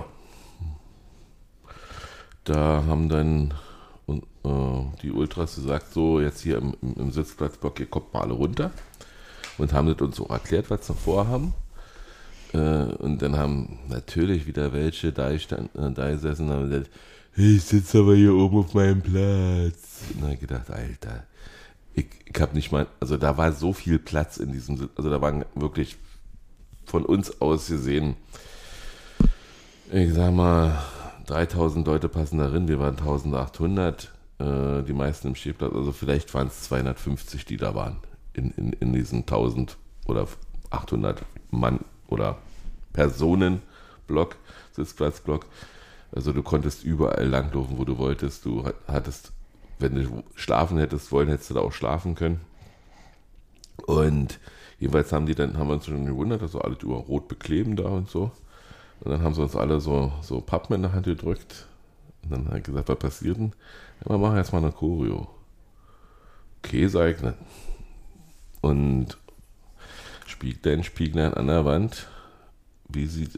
Da haben dann die Ultras gesagt, so jetzt hier im Sitzplatzblock, ihr kommt mal alle runter, und haben das uns auch erklärt, was sie vorhaben. Und dann haben natürlich wieder welche da gesessen und haben gesagt, hey, ich sitze aber hier oben auf meinem Platz. Und dann habe ich gedacht, Alter, ich habe nicht mal, also da war so viel Platz in diesem Sitz, also da waren wirklich von uns aus gesehen, ich sag mal, 3000 Leute passen darin, wir waren 1800, die meisten im Stehplatz, also vielleicht waren es 250, die da waren, in diesen 1000 oder 800 Mann oder Personenblock, Sitzplatzblock. Also du konntest überall langlaufen, wo du wolltest. Du hattest, wenn du schlafen hättest wollen, hättest du da auch schlafen können. Und jedenfalls haben wir uns schon gewundert, dass so alle über rot bekleben da und so. Und dann haben sie uns alle so Pappen in der Hand gedrückt. Und dann hat er gesagt, was passiert denn? Ja, wir machen jetzt mal eine Choreo. Okay, sag ich, ne? Und Spieglein an der Wand. Wie sieht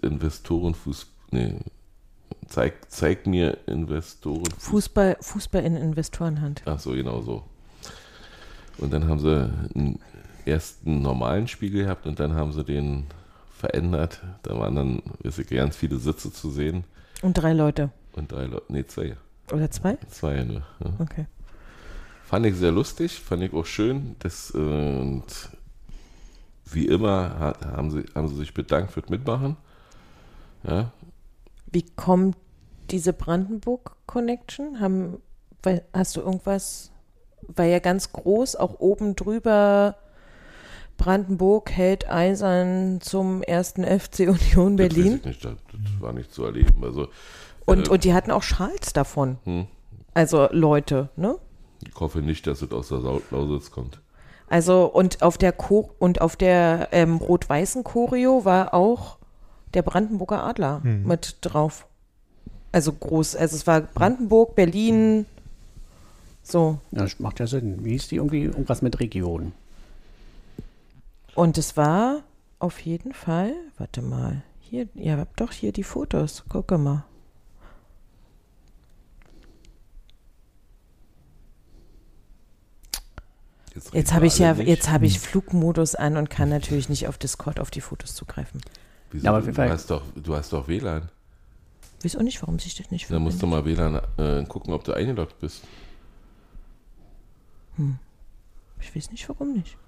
zeig mir Investoren. Fußball in Investorenhand. Ach so, genau so. Und dann haben sie einen ersten normalen Spiegel gehabt und dann haben sie den verändert. Da waren dann ganz viele Sitze zu sehen. Und 3 Leute. Und 3 Leute, nee, 2. Oder 2? 2 nur. Ja. Okay. Fand ich sehr lustig, fand ich auch schön. Und wie immer haben sie sich bedankt für das Mitmachen. Ja. Wie kommt diese Brandenburg-Connection? Hast du irgendwas, war ja ganz groß, auch oben drüber, Brandenburg hält eisern zum 1. FC Union Berlin. Das weiß ich nicht, das war nicht zu erleben. Also, und die hatten auch Schals davon. Also Leute, ne? Ich hoffe nicht, dass es aus der Lausitz kommt. Also und auf der rot-weißen Choreo war auch der Brandenburger Adler mit drauf. Also groß, also es war Brandenburg, Berlin, so. Ja, das macht ja Sinn. Wie hieß die irgendwie? Irgendwas mit Region. Und es war auf jeden Fall, warte mal, hier, ihr habt doch hier die Fotos, guck mal. Jetzt habe ich Flugmodus an und kann natürlich nicht auf Discord auf die Fotos zugreifen. Wieso? Ja, aber du hast doch WLAN. Weiß auch nicht, warum sich das nicht Dann musst du mal WLAN gucken, ob du eingeloggt bist. Ich weiß nicht, warum nicht.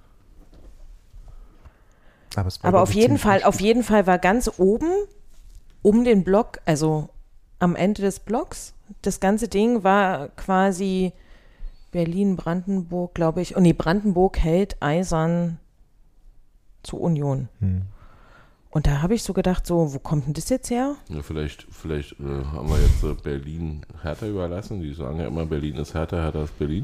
Aber auf jeden Fall war ganz oben um den Block, also am Ende des Blocks, das ganze Ding war quasi Berlin, Brandenburg, glaube ich. Brandenburg hält eisern zur Union. Und da habe ich so gedacht, so, wo kommt denn das jetzt her? Ja, vielleicht haben wir jetzt Berlin Hertha überlassen. Die sagen ja immer, Berlin ist Hertha, Hertha ist Berlin.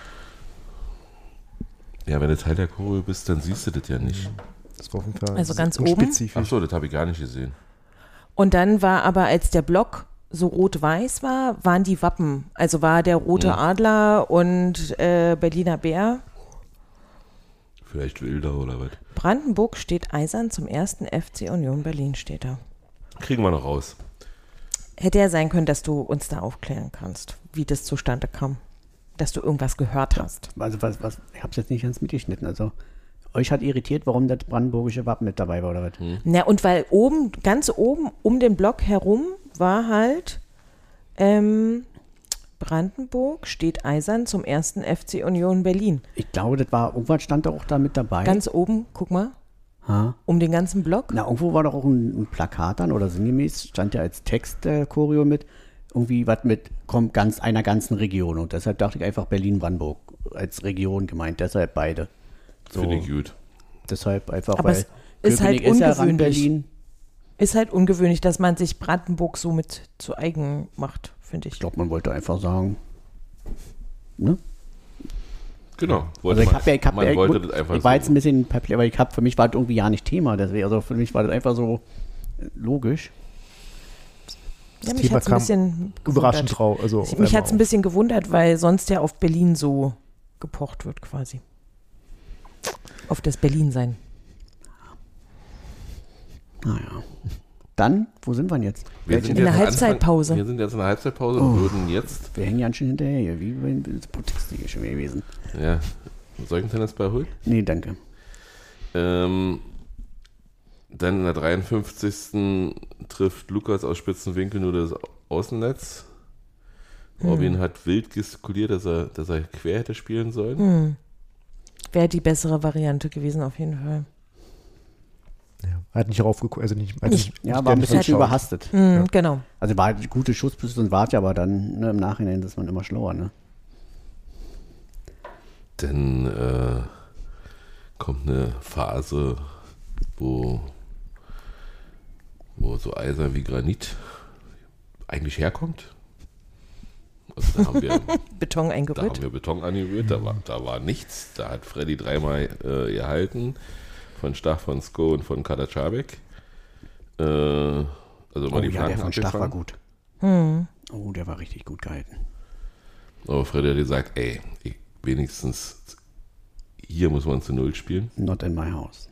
Ja, wenn du Teil der Choreo bist, dann siehst du das ja nicht. Das war auf jeden Fall also ganz oben. Ach so, das habe ich gar nicht gesehen. Und dann war aber, als der Block so rot-weiß war, waren die Wappen. Also war der rote Adler und Berliner Bär. Vielleicht wilder oder was. Brandenburg steht eisern zum 1. FC Union Berlin, steht da. Kriegen wir noch raus. Hätte ja sein können, dass du uns da aufklären kannst, wie das zustande kam. Dass du irgendwas gehört hast. Also ich habe es jetzt nicht ganz mitgeschnitten. Also euch hat irritiert, warum das brandenburgische Wappen mit dabei war, oder was? Na, und weil ganz oben um den Block herum war halt Brandenburg steht eisern zum 1. FC Union Berlin. Ich glaube, das war, irgendwas stand da auch da mit dabei. Ganz oben, guck mal, um den ganzen Block. Na, irgendwo war doch auch ein Plakat dann oder sinngemäß, stand ja als Text der Choreo mit, irgendwie was mit kommt einer ganzen Region. Und deshalb dachte ich einfach Berlin-Brandenburg als Region gemeint, deshalb beide. So, Finde ich gut. deshalb einfach, Aber weil es ist halt Köpenick ist ja ran ungewöhnlich. Berlin. Ist halt ungewöhnlich, dass man sich Brandenburg so mit zu eigen macht, finde ich. Ich glaube, man wollte einfach sagen, ne? Genau. Also ich wollte das einfach ich war jetzt so. ein bisschen perplex, aber für mich war das irgendwie ja nicht Thema, deswegen, also für mich war das einfach so logisch. Ja, mich Thema hat es ein kam bisschen Überraschend gewundert. drauf. Also auf Mich einmal hat es ein bisschen gewundert, weil sonst ja auf Berlin so gepocht wird quasi. Auf das Berlin-Sein. Naja. Dann, wo sind wir denn jetzt? Wir Welche- sind In der jetzt am Halbzeitpause. Wir sind jetzt in der Halbzeitpause und würden jetzt, Wir hängen ganz schön hinterher hier. Wie das Protest hier schon wieder gewesen? ja, soll ich einen Tennisball holen? Nee, danke. Dann in der 53. trifft Lukas aus spitzen Winkel nur das Außennetz. Robin hat wild gestikuliert, dass er quer hätte spielen sollen. Wäre die bessere Variante gewesen, auf jeden Fall. Hat nicht raufgeguckt, also nicht. Ja, war ein bisschen zu überhastet. Genau. Also war eine gute Schussposition, wart ja, aber dann im Nachhinein ist man immer schlauer, ne? Dann kommt eine Phase, wo so eisern wie Granit eigentlich herkommt. Also da haben wir Beton Da eingerührt. haben wir Beton angerührt, da war nichts. Da hat Freddy dreimal gehalten. Von Stach, von Sko und von Kadacabek. Also mal die ja, der Flanken von Stach war abgefangen. gut. Oh, der war richtig gut gehalten. Aber Freddy hat gesagt, ey, wenigstens hier muss man zu Null spielen. Not in my house.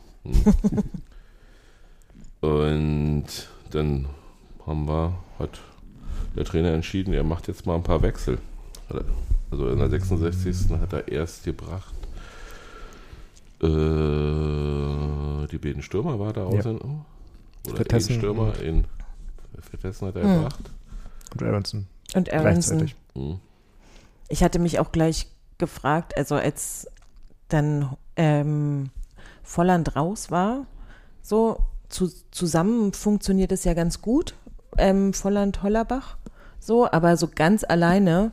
Und dann hat der Trainer entschieden, er macht jetzt mal ein paar Wechsel. Also in der 66. hat er erst gebracht, die beiden Stürmer war da Ja. oder Vertessen. den Stürmer in Vertessen hat er gebracht. Und Aronson. Und Aronson. Gleichzeitig. Ich hatte mich auch gleich gefragt, also als dann Volland raus war, so zusammen funktioniert es ja ganz gut, Volland-Hollerbach, so, aber so ganz alleine,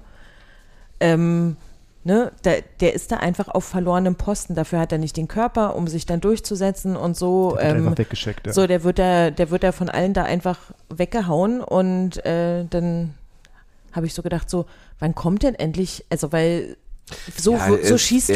der ist da einfach auf verlorenem Posten, dafür hat er nicht den Körper, um sich dann durchzusetzen und so. Der wird einfach weggeschickt, ja. So, der wird da von allen da einfach weggehauen und dann habe ich so gedacht, so, wann kommt denn endlich, also weil so schießt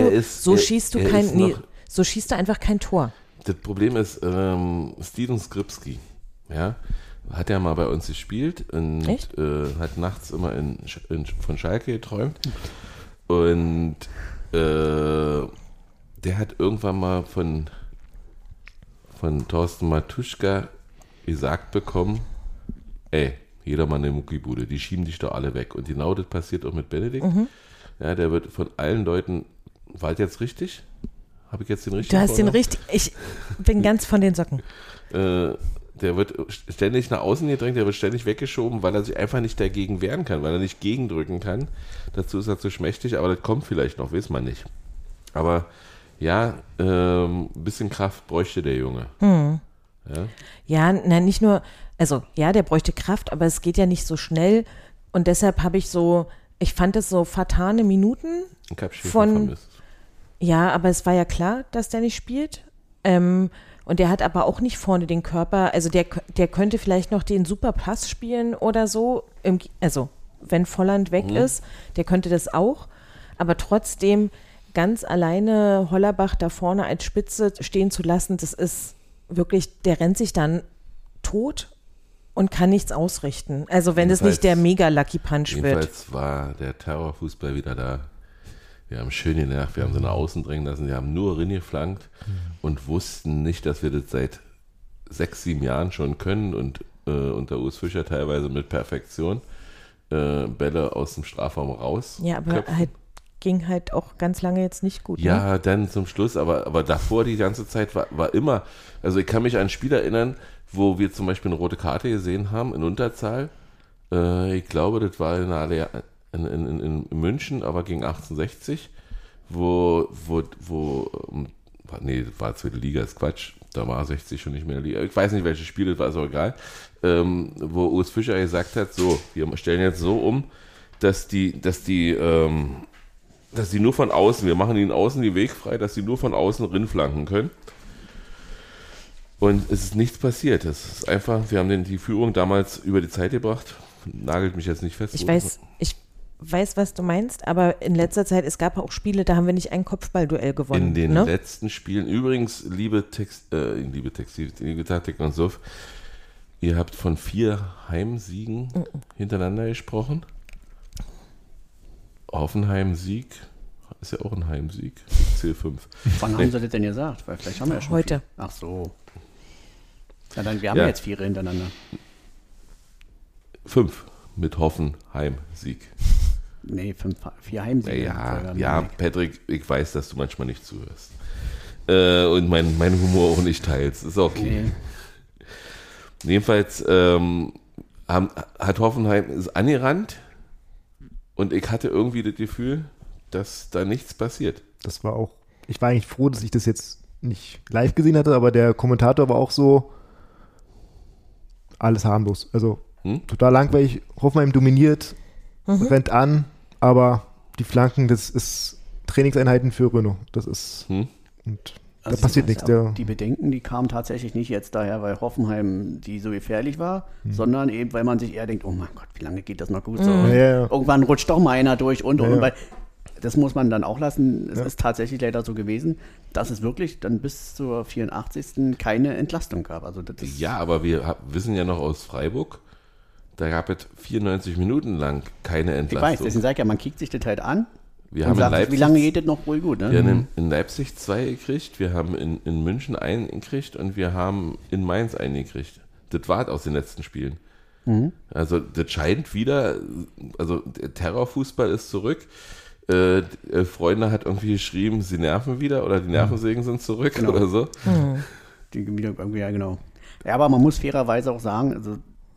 du einfach kein Tor. Das Problem ist, Steven Skripski, ja, hat ja mal bei uns gespielt und hat nachts immer von Schalke geträumt. Und der hat irgendwann mal von Thorsten Matuschka gesagt bekommen, ey, jeder Mann in der Muckibude, die schieben dich doch alle weg. Und genau das passiert auch mit Benedikt. Ja, der wird von allen Leuten, war das jetzt richtig? Habe ich jetzt den richtigen? Du hast den richtig, ich bin ganz von den Socken. Der wird ständig nach außen gedrängt, der wird ständig weggeschoben, weil er sich einfach nicht dagegen wehren kann, weil er nicht gegendrücken kann. Dazu ist er zu schmächtig, aber das kommt vielleicht noch, weiß man nicht. Aber ja, ein bisschen Kraft bräuchte der Junge. Ja, nein, nicht nur, also ja, der bräuchte Kraft, aber es geht ja nicht so schnell und deshalb habe ich fand es so fatale Minuten Ich habe Schäfer von, vermisst. ja, aber es war ja klar, dass der nicht spielt. Und der hat aber auch nicht vorne den Körper, also der könnte vielleicht noch den Superpass spielen oder so, also wenn Volland weg ist, der könnte das auch, aber trotzdem ganz alleine Hollerbach da vorne als Spitze stehen zu lassen, das ist wirklich, der rennt sich dann tot und kann nichts ausrichten. Also wenn es nicht der Mega-Lucky Punch wird. Jedenfalls war der Terrorfußball wieder da. Wir haben schön genervt, wir haben so eine Außen drängen lassen, die haben nur reingeflankt und wussten nicht, dass wir das seit 6, 7 Jahren schon können und unter Urs Fischer teilweise mit Perfektion Bälle aus dem Strafraum raus. Ja, aber ging halt auch ganz lange jetzt nicht gut. Ja, ne? Dann zum Schluss, aber davor die ganze Zeit war immer, also ich kann mich an ein Spiel erinnern, wo wir zum Beispiel eine rote Karte gesehen haben in Unterzahl. Ich glaube, das war in München, aber gegen 1860, nee, das war zweite Liga, ist Quatsch, da war 60 schon nicht mehr in der Liga. Ich weiß nicht, welches Spiel das war, ist auch egal. Wo Urs Fischer gesagt hat, so, wir stellen jetzt so um, dass die nur von außen, wir machen ihnen außen die Weg frei, dass sie nur von außen rinflanken können. Und es ist nichts passiert. Es ist einfach, wir haben die Führung damals über die Zeit gebracht. Nagelt mich jetzt nicht fest. Ich weiß, was du meinst, aber in letzter Zeit, es gab auch Spiele, da haben wir nicht ein Kopfballduell gewonnen. In den letzten Spielen, übrigens, liebe Taktik und Suff, ihr habt von 4 Heimsiegen hintereinander gesprochen. Hoffenheim-Sieg ist ja auch ein Heimsieg. Ziel 5. Wann haben sie das denn gesagt? Weil vielleicht haben wir ja schon heute. 4. Ach so. Ja, dann, wir haben jetzt 4 hintereinander. 5 mit Hoffenheim-Sieg. Nee, 4 Heimsiege. Ja, Patrick, ich weiß, dass du manchmal nicht zuhörst. Und mein Humor auch nicht teilst. Ist okay. Nee. Jedenfalls hat Hoffenheim ist angerannt und ich hatte irgendwie das Gefühl, dass da nichts passiert. Ich war eigentlich froh, dass ich das jetzt nicht live gesehen hatte, aber der Kommentator war auch so, alles harmlos. Also total langweilig. Hoffenheim dominiert, rennt an, aber die Flanken, das ist Trainingseinheiten für Renault. Das ist, und da passiert nichts. Die Bedenken, die kamen tatsächlich nicht jetzt daher, weil Hoffenheim die so gefährlich war, sondern eben, weil man sich eher denkt, oh mein Gott, wie lange geht das noch gut so? Irgendwann rutscht doch mal einer durch und weil das muss man dann auch lassen. Es ist tatsächlich leider so gewesen, dass es wirklich dann bis zur 84. keine Entlastung gab. Also das ist aber wir wissen ja noch aus Freiburg, da gab es 94 Minuten lang keine Entlastung. Ich weiß, deswegen sage ich ja, man kickt sich das halt an. Wir haben sagt, wie lange geht das noch wohl gut? Ne? Wir haben in Leipzig 2 gekriegt, wir haben in München 1 gekriegt und wir haben in Mainz 1 gekriegt. Das war aus den letzten Spielen. Also das scheint wieder, also der Terrorfußball ist zurück. Freunde hat irgendwie geschrieben, sie nerven wieder oder die Nervensägen sind zurück oder so. Die wieder irgendwie, ja genau. Ja, aber man muss fairerweise auch sagen, also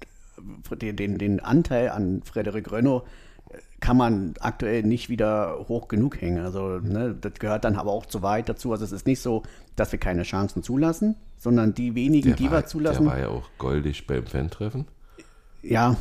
den Anteil an Frederik Renault kann man aktuell nicht wieder hoch genug hängen. Also das gehört dann aber auch zur Wahrheit dazu. Also es ist nicht so, dass wir keine Chancen zulassen, sondern die wenigen, die wir zulassen. Der war ja auch goldig beim Fan-Treffen. Ja.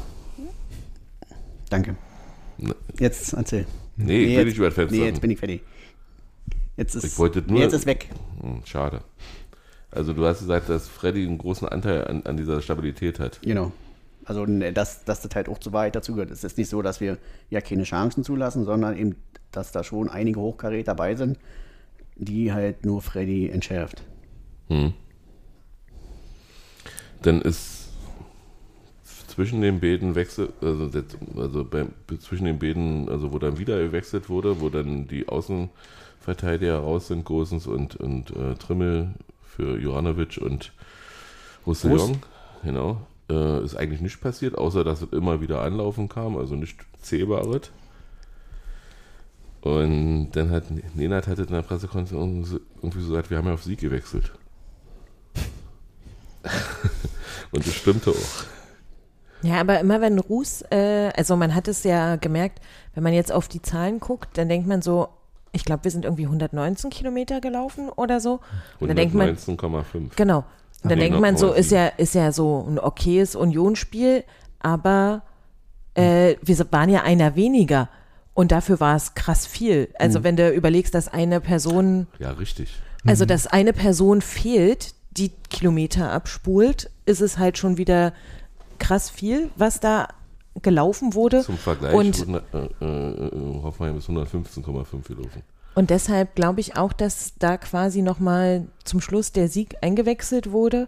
Danke. Jetzt erzähl. Nee, ich will nicht über das Fenster. Nee, jetzt bin ich fertig. Jetzt ist weg. Schade. Also du hast gesagt, dass Freddy einen großen Anteil an dieser Stabilität hat. Genau. Also dass das halt auch zur Wahrheit dazugehört. Es ist nicht so, dass wir ja keine Chancen zulassen, sondern eben, dass da schon einige Hochkaräter dabei sind, die halt nur Freddy entschärft. Dann ist zwischen den beiden zwischen den beiden, also wo dann wieder gewechselt wurde, wo dann die Außenverteidiger raus sind, Gosens und Trimmel für Juranovic und Roussillon, genau, ist eigentlich nichts passiert, außer dass es immer wieder Anlaufen kam, also nichts Zählbares. Und dann hat Nenad in der Pressekonferenz irgendwie so gesagt, wir haben ja auf Sieg gewechselt. Und das stimmte auch. Ja, aber immer wenn Ruß, also man hat es ja gemerkt, wenn man jetzt auf die Zahlen guckt, dann denkt man so, ich glaube, wir sind irgendwie 119 Kilometer gelaufen oder so. 119,5. Genau. Und dann denkt man so, ist ja so ein okayes Unionsspiel, aber wir waren ja einer weniger und dafür war es krass viel. Also wenn du überlegst, dass eine Person, ja, richtig. Also dass eine Person fehlt, die Kilometer abspult, ist es halt schon wieder krass viel, was da gelaufen wurde. Zum Vergleich, Hoffenheim ist 115,5 gelaufen. Und deshalb glaube ich auch, dass da quasi nochmal zum Schluss der Sieg eingewechselt wurde,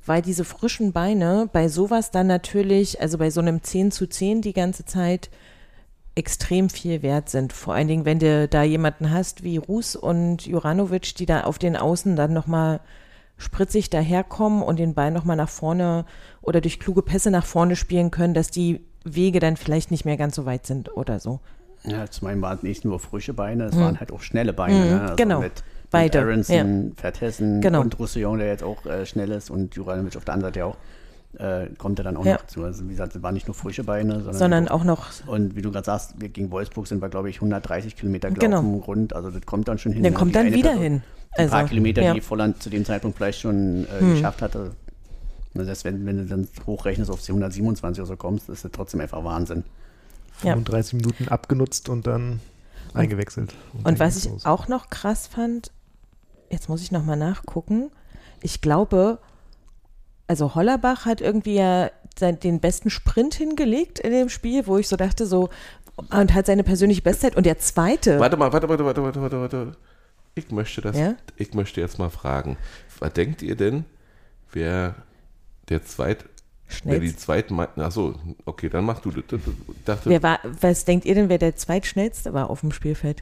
weil diese frischen Beine bei sowas dann natürlich, also bei so einem 10:10 die ganze Zeit extrem viel wert sind. Vor allen Dingen, wenn du da jemanden hast wie Rus und Juranovic, die da auf den Außen dann nochmal spritzig daherkommen und den Ball nochmal nach vorne oder durch kluge Pässe nach vorne spielen können, dass die Wege dann vielleicht nicht mehr ganz so weit sind oder so. Ja, zum einen waren es nicht nur frische Beine, es waren halt auch schnelle Beine. Ne? Also genau. Mit Beide. Aronson, Vertessen Genau. und Roussillon, der jetzt auch schnell ist, und Juranovic auf der anderen Seite auch, kommt er dann auch Ja. noch zu. Also wie gesagt, es waren nicht nur frische Beine, Sondern auch noch, und wie du gerade sagst, gegen Wolfsburg sind wir, glaube ich, 130 Kilometer Genau. gelaufen rund. Also das kommt dann schon hin. der ne? kommt Die dann eine wieder Person, hin. Ein paar Also, Kilometer, ja. die Volland zu dem Zeitpunkt vielleicht schon geschafft hatte. Also selbst wenn du dann hochrechnest auf die 127 oder so kommst, ist das trotzdem einfach Wahnsinn. Ja. 35 Minuten abgenutzt und dann eingewechselt. Und dann was ging's ich los. auch noch krass fand, jetzt muss ich nochmal nachgucken, ich glaube, also Hollerbach hat irgendwie ja den besten Sprint hingelegt in dem Spiel, wo ich so dachte, so, und hat seine persönliche Bestzeit. Und der zweite. Warte. Ich möchte jetzt mal fragen, was denkt ihr denn, wer die zweitmeisten, achso, okay, dann mach du das. Dachte, Was denkt ihr denn, wer der zweitschnellste war auf dem Spielfeld?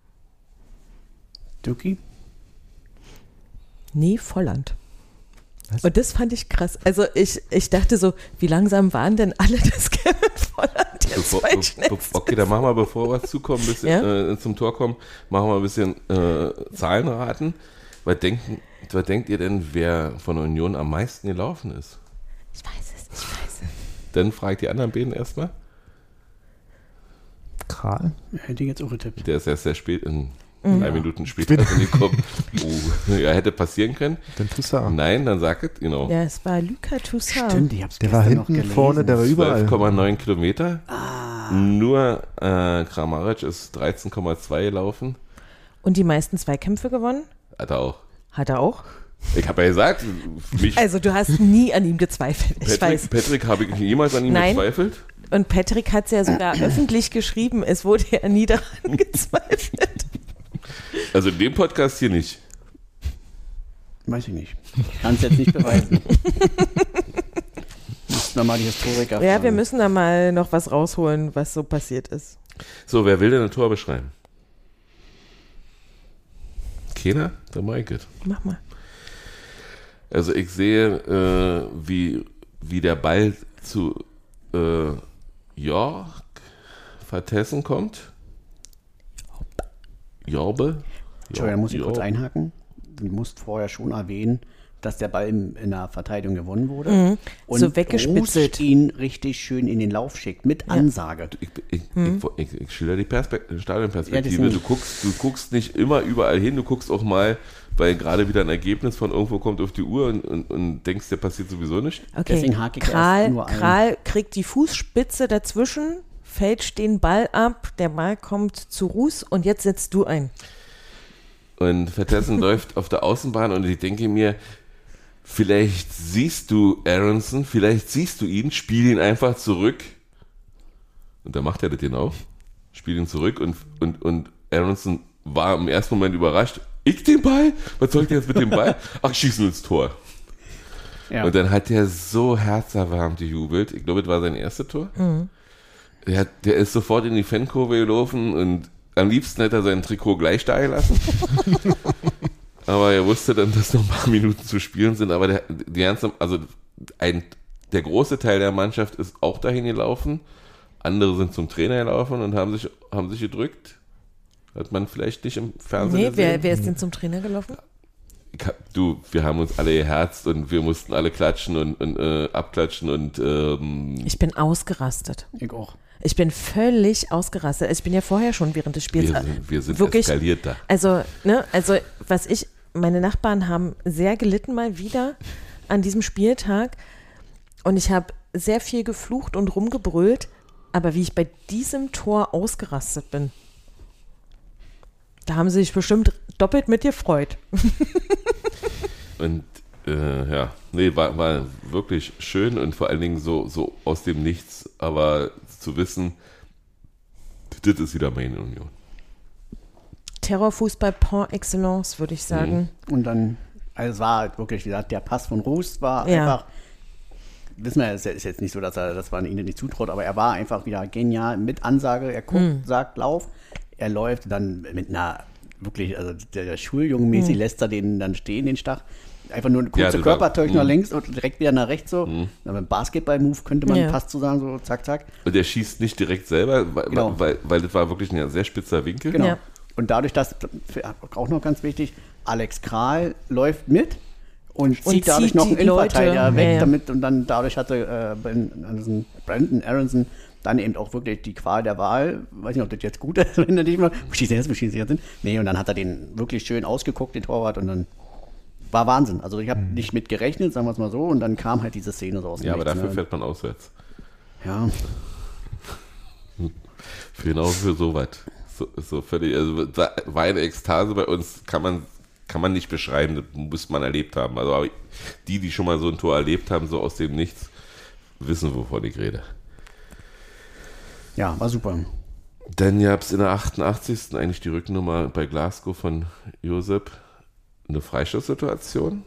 Duki? Nee, Volland. Was? Und das fand ich krass. Also ich dachte so, wie langsam waren denn alle, dass Kevin Volland der zweitschnellste okay, dann machen wir, bevor wir zukommen, zum Tor kommen, machen wir ein bisschen Zahlenraten. Was denkt ihr denn, wer von Union am meisten gelaufen ist? Ich weiß es. Dann fragt die anderen beiden erstmal. Kral? Hätte ich jetzt auch getippt. Der ist erst sehr spät, in 3 Minuten später gekommen. Ja, hätte passieren können. Dann Toussaint. Nein, dann sag es, genau. Ja, es war Luca Toussaint. Stimmt, ich hab's Der war gestern noch hinten gelesen. vorne, der war überall. 12,9 Kilometer. Nur Kramaric ist 13,2 gelaufen. Und die meisten Zweikämpfe gewonnen? Hat er auch. Hat er auch. Ich habe ja gesagt, mich, Also du hast nie an ihm gezweifelt, ich weiß. Patrick habe ich jemals an ihm Nein. gezweifelt. Und Patrick hat es ja sogar öffentlich geschrieben, es wurde ja nie daran gezweifelt. Also in dem Podcast hier nicht. Weiß ich nicht. Ich kann es jetzt nicht beweisen. Müssen wir mal die Historiker Ja, fragen. wir müssen da mal noch was rausholen, was so passiert ist. So, wer will denn ein Tor beschreiben? Keiner? Der Michael. Mach mal. Also ich sehe, wie der Ball zu Jörg Vertessen kommt. Jorbe. Entschuldigung, da muss ich kurz Jorbe. einhaken. Du musst vorher schon erwähnen, dass der Ball in der Verteidigung gewonnen wurde. Und So weggespitzelt. Rust ihn richtig schön in den Lauf schickt, mit Ansage. Ich schilder die Stadionperspektive. Ja, deswegen. Du guckst nicht immer überall hin, du guckst auch mal, weil gerade wieder ein Ergebnis von irgendwo kommt auf die Uhr und denkst, der passiert sowieso nicht. Okay, Deswegen hake ich erst nur ein. Kral kriegt die Fußspitze dazwischen, fälscht den Ball ab, der Ball kommt zu Rus und jetzt setzt du ein. Und Vertessen läuft auf der Außenbahn und ich denke mir, vielleicht siehst du Aronson, vielleicht siehst du ihn, spiel ihn einfach zurück. Und dann macht er das genau. Spiel ihn zurück und Aronson war im ersten Moment überrascht. Ich den Ball? Was soll ich denn jetzt mit dem Ball? Ach, schießen ins Tor. Ja. Und dann hat er so herzerwärmend gejubelt. Ich glaube, das war sein erstes Tor. Der ist sofort in die Fankurve gelaufen und am liebsten hätte er sein Trikot gleich da gelassen. Aber er wusste dann, dass noch ein paar Minuten zu spielen sind. Aber der große Teil der Mannschaft ist auch dahin gelaufen. Andere sind zum Trainer gelaufen und haben sich gedrückt. Hat man vielleicht nicht im Fernsehen Nee, gesehen. wer ist denn zum Trainer gelaufen? Wir haben uns alle geherzt und wir mussten alle klatschen und abklatschen und Ich bin ausgerastet. Ich auch. Ich bin völlig ausgerastet. Ich bin ja vorher schon während des Spiels wir sind wirklich eskaliert da. Also meine Nachbarn haben sehr gelitten mal wieder an diesem Spieltag und ich habe sehr viel geflucht und rumgebrüllt, aber wie ich bei diesem Tor ausgerastet bin, da haben sie sich bestimmt doppelt mit gefreut. Und war wirklich schön und vor allen Dingen so aus dem Nichts, aber zu wissen, das ist wieder meine Union. Terrorfußball par excellence, würde ich sagen. Und dann Also es war wirklich, wie gesagt, der Pass von Rust war einfach, wissen wir, es ist jetzt nicht so, dass man ihnen nicht zutraut, aber er war einfach wieder genial mit Ansage. Er guckt, sagt, lauf, er läuft dann mit einer wirklich, also der Schuljungenmäßig lässt er den dann stehen, den Stach. Einfach nur eine kurze Körpertäuschung nach links und direkt wieder nach rechts so. Beim Basketball-Move könnte man fast so sagen, so zack, zack. Und der schießt nicht direkt selber, weil das war wirklich ein sehr spitzer Winkel. Genau. Ja. Und dadurch, dass, auch noch ganz wichtig, Alex Kral läuft mit und zieht dadurch noch einen Innenverteidiger weg, damit, und dann dadurch hatte Brandon Aronson dann eben auch wirklich die Qual der Wahl. Weiß nicht, ob das jetzt gut ist, wenn er nicht mal, wo schießt er jetzt hin? Nee, und dann hat er den wirklich schön ausgeguckt, den Torwart, und dann war Wahnsinn. Also ich habe nicht mit gerechnet, sagen wir es mal so, und dann kam halt diese Szene so aus dem Ja, aber dafür fährt man auswärts. Ja. Genau für sowas. So völlig, also war eine Ekstase bei uns, kann man nicht beschreiben, das muss man erlebt haben. Also aber die schon mal so ein Tor erlebt haben, so aus dem Nichts, wissen, wovon ich rede. Ja, war super. Dann gab es in der 88. eigentlich die Rücknummer bei Glasgow von Josep, eine Freistoßsituation.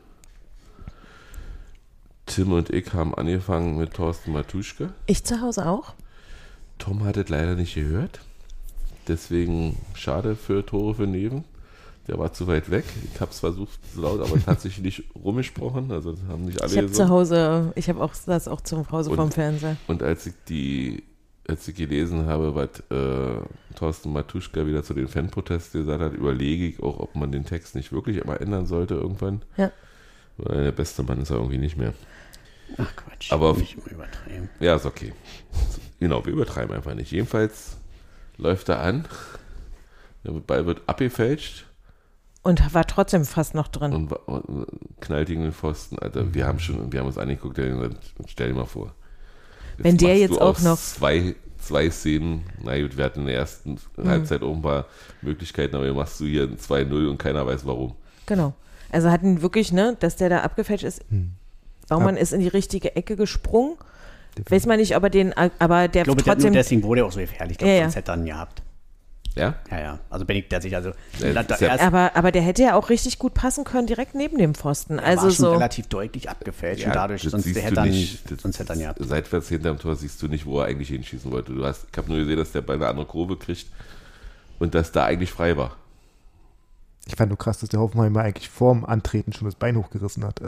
Tim und ich haben angefangen mit Thorsten Matuschke. Ich zu Hause auch. Tom hat es leider nicht gehört. Deswegen schade für Tore für Neven. Der war zu weit weg. Ich habe es versucht laut, aber es hat sich nicht rumgesprochen. Also das haben nicht alle Ich habe zu Hause, das auch zu Hause vom Fernseher. Und als ich gelesen habe, was Thorsten Matuschka wieder zu den Fanprotesten gesagt hat, überlege ich auch, ob man den Text nicht wirklich immer ändern sollte irgendwann. Ja. Weil der beste Mann ist er irgendwie nicht mehr. Ach Quatsch, aber nicht immer übertreiben. Ja, ist okay. Genau, wir übertreiben einfach nicht. Jedenfalls läuft er an, der Ball wird abgefälscht. Und war trotzdem fast noch drin. Und knallt gegen den Pfosten. Alter, wir haben uns angeguckt, der hat gesagt, stell dir mal vor. Wenn der jetzt auch noch zwei Szenen, na gut, wir hatten in der ersten Halbzeit auch ein paar Möglichkeiten, aber machst du hier ein 2-0 und keiner weiß warum. Genau. Also hatten wirklich, dass der da abgefälscht ist. Baumann ist in die richtige Ecke gesprungen. Weiß man nicht, aber aber der ich glaube, trotzdem. Deswegen wurde er auch so gefährlich. Ich glaube, sonst hätte er ihn gehabt. Ja? Ja. Also Benedikt, der sich aber der hätte ja auch richtig gut passen können, direkt neben dem Pfosten. Also war schon so relativ deutlich abgefälscht und dadurch, sonst hätte er ihn gehabt. Seitwärts hinterm Tor siehst du nicht, wo er eigentlich hinschießen wollte. Ich habe nur gesehen, dass der Ball eine andere Kurve kriegt und dass da eigentlich frei war. Ich fand nur krass, dass der Hoffenheimer eigentlich vorm Antreten schon das Bein hochgerissen hat.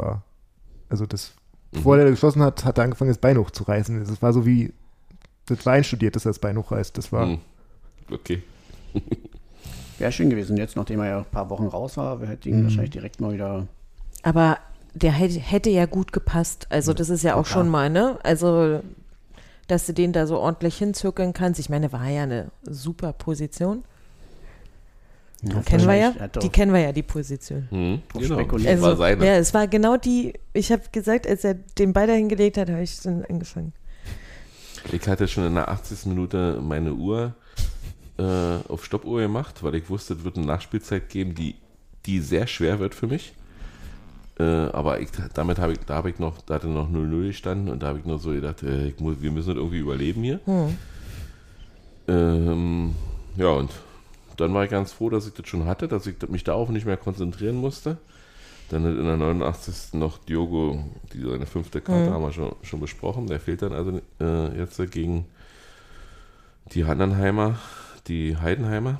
Bevor der geschossen hat, hat er angefangen, das Bein hochzureißen. Das war so wie, das war einstudiert, dass er das Bein hochreißt. Das war okay. Wäre schön gewesen. Jetzt, nachdem er ja ein paar Wochen raus war, hätte ihn wahrscheinlich direkt mal wieder. Aber der hätte ja gut gepasst. Also das ist ja auch schon mal, ne? Also, dass du den da so ordentlich hinzirkeln kannst. Ich meine, war ja eine super Position. Ja, kennen wir ja, die Position. Genau. Also, ja, es war genau die, ich habe gesagt, als er den Ball dahin gelegt hat, habe ich dann angefangen. Ich hatte schon in der 80. Minute meine Uhr auf Stoppuhr gemacht, weil ich wusste, es wird eine Nachspielzeit geben, die sehr schwer wird für mich. Aber da hatte noch 0-0 gestanden und da habe ich noch so gedacht, wir müssen das irgendwie überleben hier. Ja, und dann war ich ganz froh, dass ich das schon hatte, dass ich mich darauf nicht mehr konzentrieren musste. Dann in der 89. noch Diogo, seine 5. Karte haben wir schon besprochen. Der fehlt dann also jetzt gegen die Heidenheimer.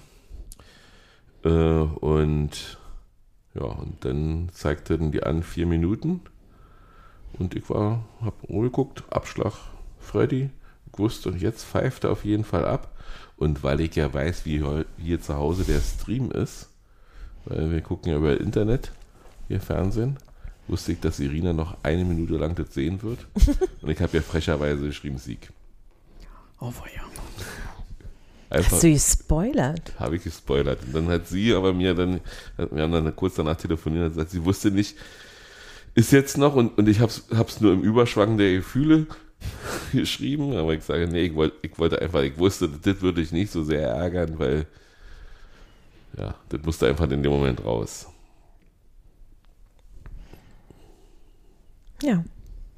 Und dann zeigte die an 4 Minuten. Und ich habe umgeguckt, Abschlag Freddy. Ich wusste, und jetzt pfeift er auf jeden Fall ab. Und weil ich ja weiß, wie hier zu Hause der Stream ist, weil wir gucken ja über Internet, hier Fernsehen, wusste ich, dass Irina noch 1 Minute lang das sehen wird. Und ich habe ja frecherweise geschrieben, Sieg. Oh, ja. Hast du gespoilert? Habe ich gespoilert. Und dann hat sie aber wir haben dann kurz danach telefoniert und gesagt, sie wusste nicht, ist jetzt noch, und ich hab's nur im Überschwang der Gefühle geschrieben, aber ich sage, nee, ich wusste, das würde ich nicht so sehr ärgern, weil das musste einfach in dem Moment raus. Ja.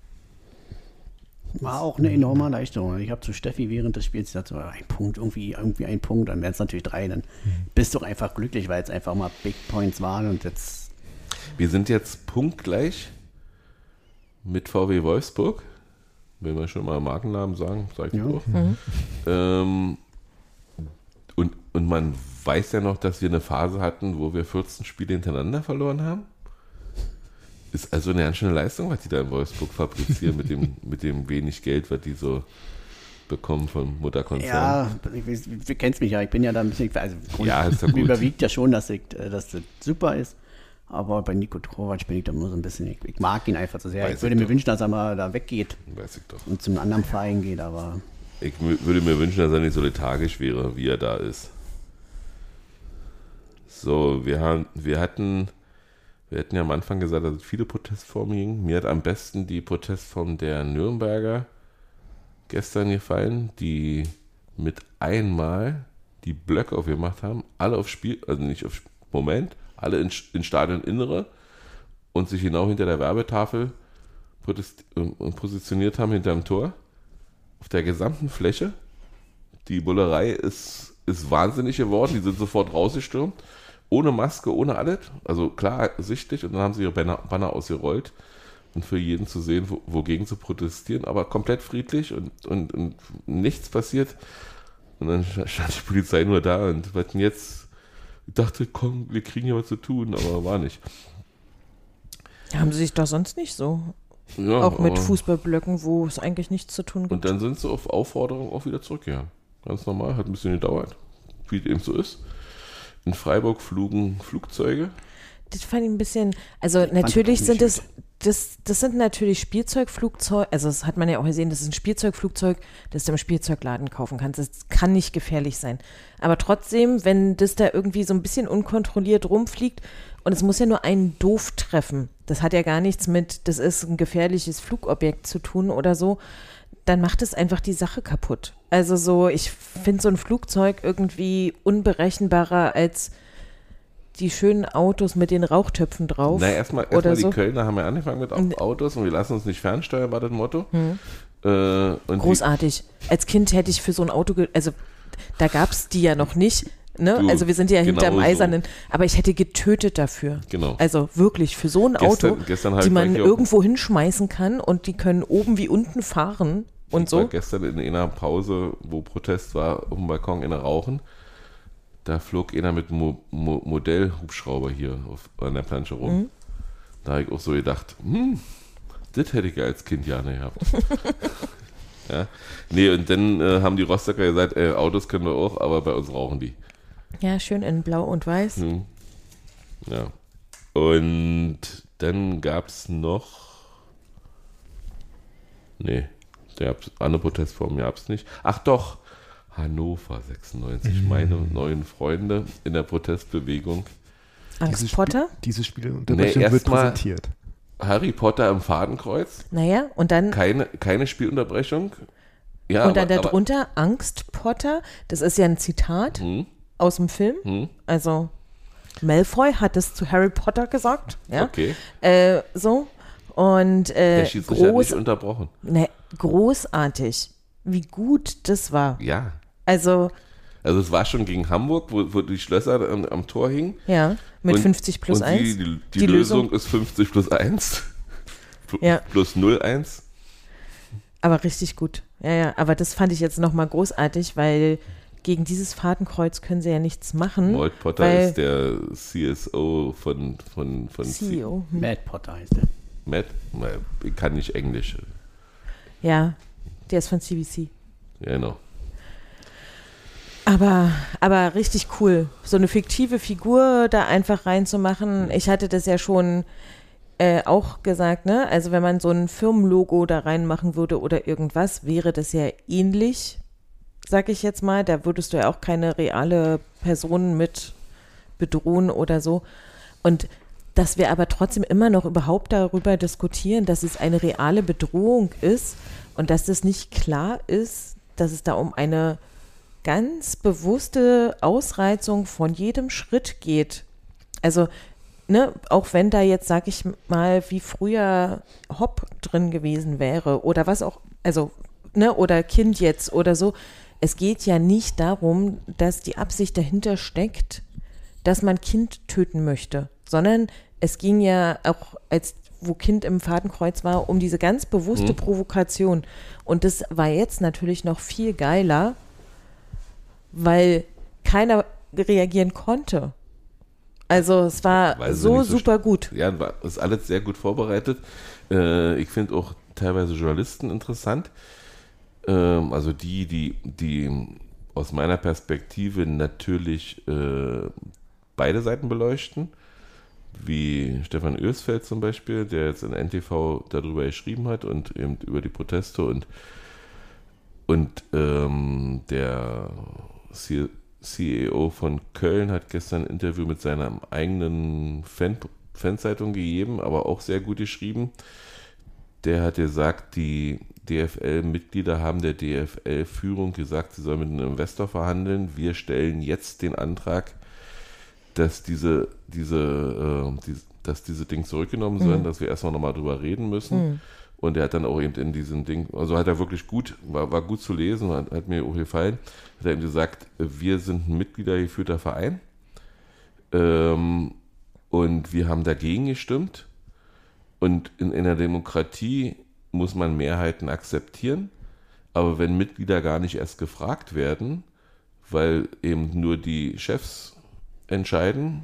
War auch eine enorme Erleichterung. Ich habe zu Steffi während des Spiels gesagt, so ein Punkt, irgendwie ein Punkt, dann wären es natürlich 3, dann bist du doch einfach glücklich, weil es einfach mal Big Points waren und jetzt. Wir sind jetzt punktgleich mit VW Wolfsburg. Wenn wir schon mal Markennamen sagen, sage ich auch. Und man weiß ja noch, dass wir eine Phase hatten, wo wir 14 Spiele hintereinander verloren haben. Ist also eine ganz schöne Leistung, was die da in Wolfsburg fabrizieren mit dem wenig Geld, was die so bekommen vom Mutterkonzern. Ja, du kennst mich ja, ich bin ja da ein bisschen, also ist ja gut. Überwiegt ja schon, dass das super ist. Aber bei Niko Kovac bin ich da nur so ein bisschen, ich mag ihn einfach so sehr. Ich würde mir wünschen, dass er mal da weggeht und zum anderen Verein geht, aber... Ich würde mir wünschen, dass er nicht so lethargisch wäre, wie er da ist. So, wir hatten ja am Anfang gesagt, dass es viele Protestformen ging. Mir hat am besten die Protestform der Nürnberger gestern gefallen, die mit einmal die Blöcke aufgemacht haben, alle aufs Spiel, also nicht aufs Moment, alle in Stadioninnere und sich genau hinter der Werbetafel positioniert haben hinterm Tor. Auf der gesamten Fläche. Die Bullerei ist wahnsinnig geworden, die sind sofort rausgestürmt. Ohne Maske, ohne alles, also klar sichtlich, und dann haben sie ihre Banner ausgerollt und für jeden zu sehen, wogegen zu protestieren, aber komplett friedlich und nichts passiert. Und dann stand die Polizei nur da und was denn jetzt? Ich dachte, komm, wir kriegen ja was zu tun, aber war nicht. Haben sie sich doch sonst nicht so. Ja, auch mit Fußballblöcken, wo es eigentlich nichts zu tun gibt. Und dann sind sie auf Aufforderung auch wieder zurückgegangen. Ganz normal, hat ein bisschen gedauert, wie es eben so ist. In Freiburg flogen Flugzeuge. Das fand ich ein bisschen, also natürlich sind das sind natürlich Spielzeugflugzeuge, also das hat man ja auch gesehen, das ist ein Spielzeugflugzeug, das du im Spielzeugladen kaufen kannst. Das kann nicht gefährlich sein. Aber trotzdem, wenn das da irgendwie so ein bisschen unkontrolliert rumfliegt und es muss ja nur einen doof treffen, das hat ja gar nichts mit, das ist ein gefährliches Flugobjekt zu tun oder so, dann macht es einfach die Sache kaputt. Also so, ich finde so ein Flugzeug irgendwie unberechenbarer als die schönen Autos mit den Rauchtöpfen drauf. Na, erstmal so. Die Kölner haben ja angefangen mit Autos und wir lassen uns nicht fernsteuern, war das Motto. Und großartig. Als Kind hätte ich für so ein Auto, also da gab es die ja noch nicht. Ne? Also wir sind ja hinterm Eisernen, aber ich hätte getötet dafür. Genau. Also wirklich für so ein Auto, die man irgendwo hinschmeißen kann und die können oben wie unten fahren und ich so. War gestern in einer Pause, wo Protest war, auf dem Balkon in der Rauchen. Da flog einer mit Modellhubschrauber hier an der Plansche rum. Da habe ich auch so gedacht, das hätte ich ja als Kind ja nicht gehabt. Ja. Nee, und dann haben die Rostocker gesagt, Autos können wir auch, aber bei uns rauchen die. Ja, schön in Blau und Weiß. Ja. Und dann gab es noch. Nee, andere Protestformen gab es nicht. Ach doch, Hannover 96, meine neuen Freunde in der Protestbewegung. Angst Potter? Diese Spielunterbrechung wird präsentiert. Harry Potter im Fadenkreuz. Naja, und dann. Keine Spielunterbrechung. Ja, und dann darunter Angst Potter. Das ist ja ein Zitat aus dem Film. Also Malfoy hat es zu Harry Potter gesagt. Ja? Okay. So. Und der Schiedsrichter hat nicht unterbrochen. Ne, großartig. Wie gut das war. Ja. Also es war schon gegen Hamburg, wo die Schlösser am Tor hingen. Ja, mit 50 plus 1. Die Lösung ist 50 plus 1. Plus 0,1. Aber richtig gut. Ja, aber das fand ich jetzt nochmal großartig, weil gegen dieses Fadenkreuz können sie ja nichts machen. Walt Potter ist der CSO von CEO. Matt Potter heißt er. Matt? Ich kann nicht Englisch. Ja, der ist von CBC. Ja, genau. Aber richtig cool, so eine fiktive Figur da einfach reinzumachen. Ich hatte das ja schon auch gesagt, ne? Also wenn man so ein Firmenlogo da reinmachen würde oder irgendwas, wäre das ja ähnlich, sag ich jetzt mal. Da würdest du ja auch keine reale Person mit bedrohen oder so. Und dass wir aber trotzdem immer noch überhaupt darüber diskutieren, dass es eine reale Bedrohung ist und dass es nicht klar ist, dass es da um eine ganz bewusste Ausreizung von jedem Schritt geht. Also, ne, auch wenn da jetzt, sag ich mal, wie früher Hopp drin gewesen wäre oder was auch, also, ne, oder Kind jetzt oder so. Es geht ja nicht darum, dass die Absicht dahinter steckt, dass man Kind töten möchte, sondern es ging ja auch, wo Kind im Fadenkreuz war, um diese ganz bewusste Provokation. Und das war jetzt natürlich noch viel geiler, weil keiner reagieren konnte. Also es war so super gut. Ja, ist alles sehr gut vorbereitet. Ich finde auch teilweise Journalisten interessant. Also die aus meiner Perspektive natürlich beide Seiten beleuchten, wie Stefan Oelsfeld zum Beispiel, der jetzt in NTV darüber geschrieben hat und eben über die Proteste und der CEO von Köln hat gestern ein Interview mit seiner eigenen Fanzeitung gegeben, aber auch sehr gut geschrieben. Der hat gesagt, die DFL-Mitglieder haben der DFL-Führung gesagt, sie sollen mit einem Investor verhandeln. Wir stellen jetzt den Antrag, dass diese Dinge zurückgenommen werden, dass wir erstmal nochmal drüber reden müssen. Und er hat dann auch eben in diesem Ding, also hat er wirklich war gut zu lesen, hat mir auch gefallen, hat er eben gesagt, wir sind ein mitgliedergeführter Verein und wir haben dagegen gestimmt und in einer Demokratie muss man Mehrheiten akzeptieren, aber wenn Mitglieder gar nicht erst gefragt werden, weil eben nur die Chefs entscheiden,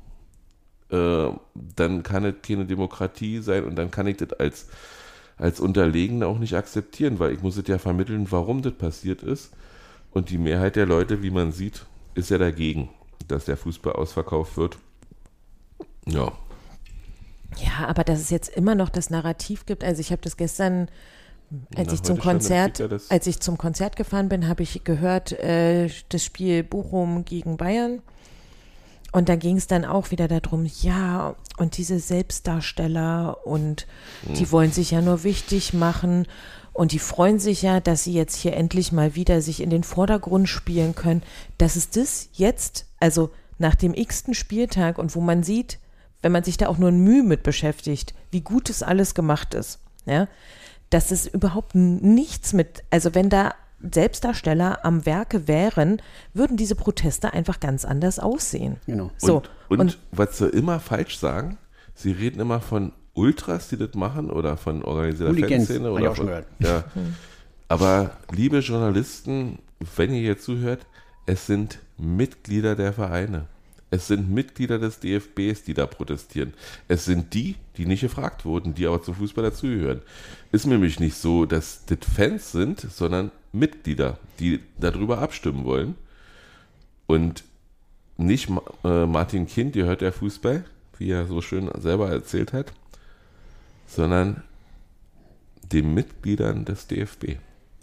dann kann es keine Demokratie sein und dann kann ich das als Unterlegene auch nicht akzeptieren, weil ich muss es ja vermitteln, warum das passiert ist. Und die Mehrheit der Leute, wie man sieht, ist ja dagegen, dass der Fußball ausverkauft wird. Ja. Ja, aber dass es jetzt immer noch das Narrativ gibt, also ich habe das gestern, als ich zum Konzert gefahren bin, habe ich gehört, das Spiel Bochum gegen Bayern. Und da ging es dann auch wieder darum, ja, und diese Selbstdarsteller und die wollen sich ja nur wichtig machen und die freuen sich ja, dass sie jetzt hier endlich mal wieder sich in den Vordergrund spielen können. Dass es das jetzt, also nach dem x-ten Spieltag und wo man sieht, wenn man sich da auch nur ein Mühe mit beschäftigt, wie gut es alles gemacht ist, ja, dass es überhaupt nichts mit, also wenn da Selbstdarsteller am Werke wären, würden diese Proteste einfach ganz anders aussehen. Genau. So, und was sie immer falsch sagen, sie reden immer von Ultras, die das machen oder von organisierter Fanszene. Oder auch schon gehört. Ja. Aber liebe Journalisten, wenn ihr hier zuhört, es sind Mitglieder der Vereine. Es sind Mitglieder des DFBs, die da protestieren. Es sind die nicht gefragt wurden, die aber zum Fußball dazugehören. Ist nämlich nicht so, dass das Fans sind, sondern Mitglieder, die darüber abstimmen wollen. Und nicht Martin Kind, ihr hört der Fußball, wie er so schön selber erzählt hat, sondern den Mitgliedern des DFB.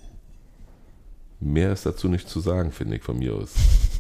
Mehr ist dazu nicht zu sagen, finde ich von mir aus.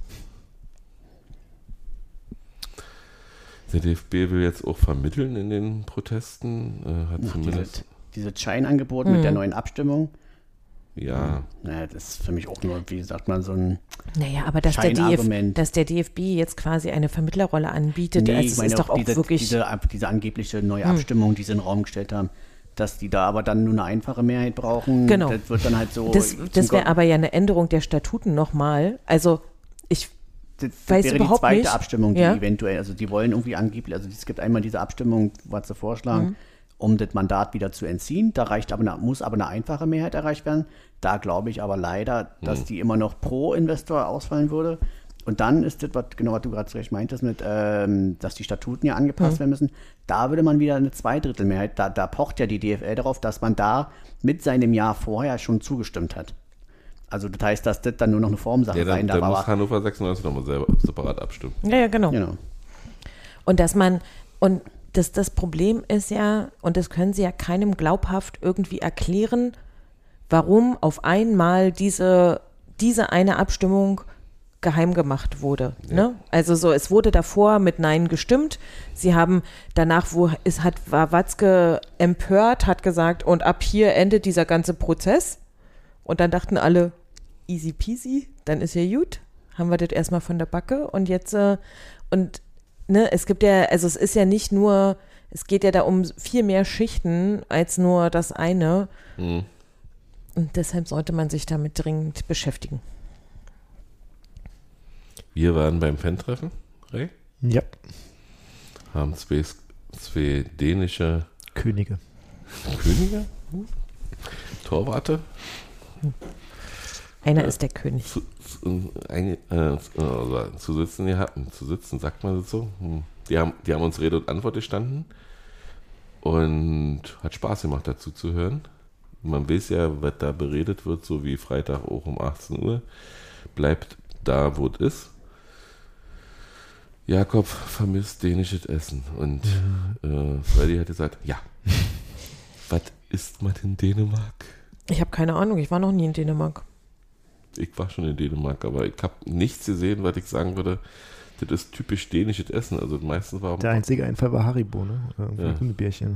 Der DFB will jetzt auch vermitteln in den Protesten. Hat zumindest dieses Scheinangebot mit der neuen Abstimmung. Ja. Naja, das ist für mich auch nur, wie sagt man, so ein aber dass der DFB jetzt quasi eine Vermittlerrolle anbietet, nee, also ich meine ist doch auch wirklich diese angebliche neue Abstimmung, die sie in den Raum gestellt haben, dass die da aber dann nur eine einfache Mehrheit brauchen. Genau. Das wird dann halt so. Das wäre aber ja eine Änderung der Statuten nochmal. Also ich weiß wäre überhaupt die zweite nicht. Abstimmung, die eventuell, also die wollen irgendwie angeblich, also es gibt einmal diese Abstimmung, was sie vorschlagen, um das Mandat wieder zu entziehen. Da muss aber eine einfache Mehrheit erreicht werden. Da glaube ich aber leider, dass die immer noch pro Investor ausfallen würde. Und dann ist das, was du gerade recht meintest, mit, dass die Statuten ja angepasst werden müssen. Da würde man wieder eine Zweidrittelmehrheit, da pocht ja die DFL darauf, dass man da mit seinem Jahr vorher schon zugestimmt hat. Also das heißt, dass das dann nur noch eine Formsache sein darf. Da muss Hannover 96 nochmal selber separat abstimmen. Ja, genau. Und das Problem ist ja, und das können sie ja keinem glaubhaft irgendwie erklären, warum auf einmal diese eine Abstimmung geheim gemacht wurde. Ja. Ne? Also so, es wurde davor mit Nein gestimmt. Sie haben danach, war Watzke empört, hat gesagt, und ab hier endet dieser ganze Prozess. Und dann dachten alle, easy peasy, dann ist ja gut. Haben wir das erstmal von der Backe und jetzt, es gibt ja, also es ist ja nicht nur, es geht ja da um viel mehr Schichten als nur das eine. Und deshalb sollte man sich damit dringend beschäftigen. Wir waren beim Fan-Treffen, Ray? Ja. Haben zwei 2 dänische Könige. Torwarte. Einer ist der König. Zu sitzen, sagt man das so. Die haben uns Rede und Antwort gestanden und hat Spaß gemacht, dazu zu hören. Man weiß ja, was da beredet wird, so wie Freitag auch um 18 Uhr. Bleibt da, wo es ist. Jakob vermisst dänisches Essen. Und Freddy hat gesagt, ja, was isst man in Dänemark? Ich habe keine Ahnung, ich war noch nie in Dänemark. Ich war schon in Dänemark, aber ich habe nichts gesehen, was ich sagen würde, das ist typisch dänisches Essen. Also meistens war... Der einzige Einfall war Haribo, ne? Oder irgendwie Gummibärchen.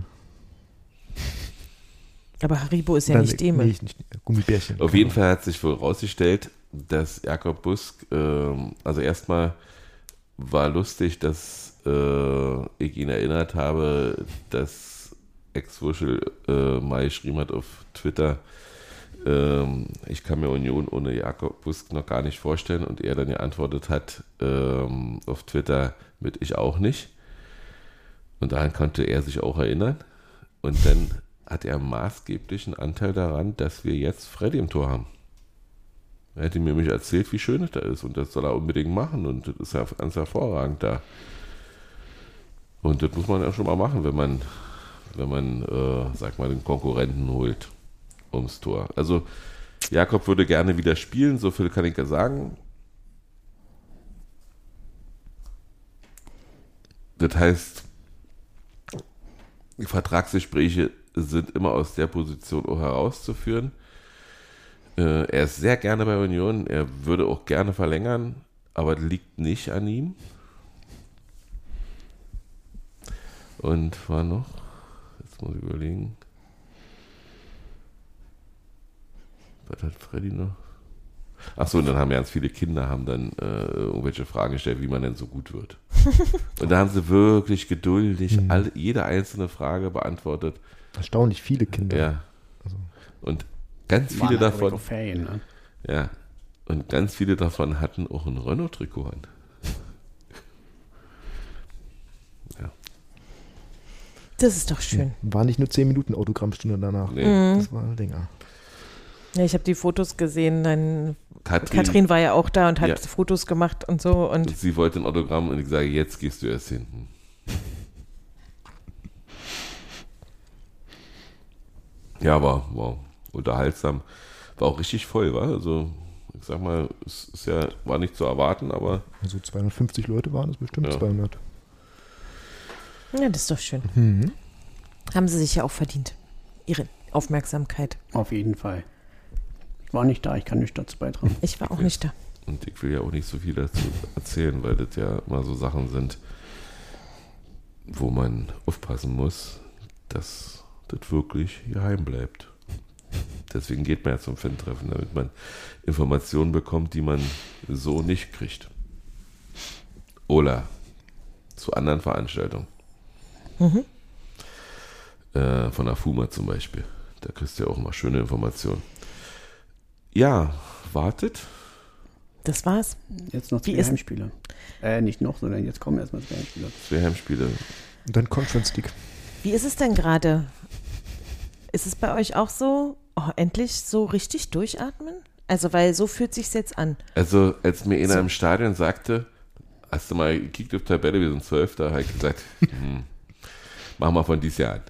Aber Haribo ist ja nicht Dämon. Nee, nicht Gummibärchen. Auf jeden Fall hat sich wohl rausgestellt, dass Jakob Busk, also erstmal war lustig, dass ich ihn erinnert habe, dass Ex-Wuschel mal geschrieben hat auf Twitter, ich kann mir Union ohne Jakob Busk noch gar nicht vorstellen, und er dann geantwortet hat auf Twitter mit ich auch nicht, und daran konnte er sich auch erinnern, und dann hat er einen maßgeblichen Anteil daran, dass wir jetzt Freddy im Tor haben. Er hätte mir nämlich erzählt, wie schön es da ist, und das soll er unbedingt machen, und das ist ja ganz hervorragend da. Und das muss man ja schon mal machen, wenn man sag mal, den Konkurrenten holt ums Tor. Also Jakob würde gerne wieder spielen, so viel kann ich ja sagen. Das heißt, die Vertragsgespräche sind immer aus der Position auch herauszuführen. Er ist sehr gerne bei Union, er würde auch gerne verlängern, aber das liegt nicht an ihm. Und war noch, jetzt muss ich überlegen, was hat Freddy noch? Achso, und dann haben ganz viele Kinder dann irgendwelche Fragen gestellt, wie man denn so gut wird. Und da haben sie wirklich geduldig jede einzelne Frage beantwortet. Erstaunlich viele Kinder. Ja. Also. Und ganz viele davon. Ferien, ne? Ja. Und ganz viele davon hatten auch ein Renault-Trikot an. Ja. Das ist doch schön. War nicht nur 10 Minuten Autogrammstunde danach. Nee. Das war ein Dinger. Ja, ich habe die Fotos gesehen, dann Katrin war ja auch da und hat Fotos gemacht und so. Und sie wollte ein Autogramm und ich sage, jetzt gehst du erst hin. Ja, war unterhaltsam. War auch richtig voll, war. Also, ich sag mal, es ist war nicht zu erwarten, aber. Also 250 Leute waren es bestimmt, 200. Ja, das ist doch schön. Mhm. Haben sie sich ja auch verdient. Ihre Aufmerksamkeit. Auf jeden Fall. Ich war nicht da, ich kann nicht dazu beitragen. Ich war auch nicht da. Und ich will ja auch nicht so viel dazu erzählen, weil das ja immer so Sachen sind, wo man aufpassen muss, dass das wirklich geheim bleibt. Deswegen geht man ja zum Fan-Treffen, damit man Informationen bekommt, die man so nicht kriegt. Oder zu anderen Veranstaltungen. Mhm. Von der FUMA zum Beispiel. Da kriegst du ja auch mal schöne Informationen. Ja, wartet. Das war's. Jetzt noch 2 Heimspiele. Nicht noch, sondern jetzt kommen erstmal 2 Heimspiele. 2 Heimspiele. Und dann Conference League. Wie ist es denn gerade? Ist es bei euch auch so, endlich so richtig durchatmen? Also, weil so fühlt sich's jetzt an. Also, als mir einer im Stadion sagte, hast du mal gekickt auf die Tabelle, wir sind 12, da habe ich gesagt, mach mal von dieses Jahr an.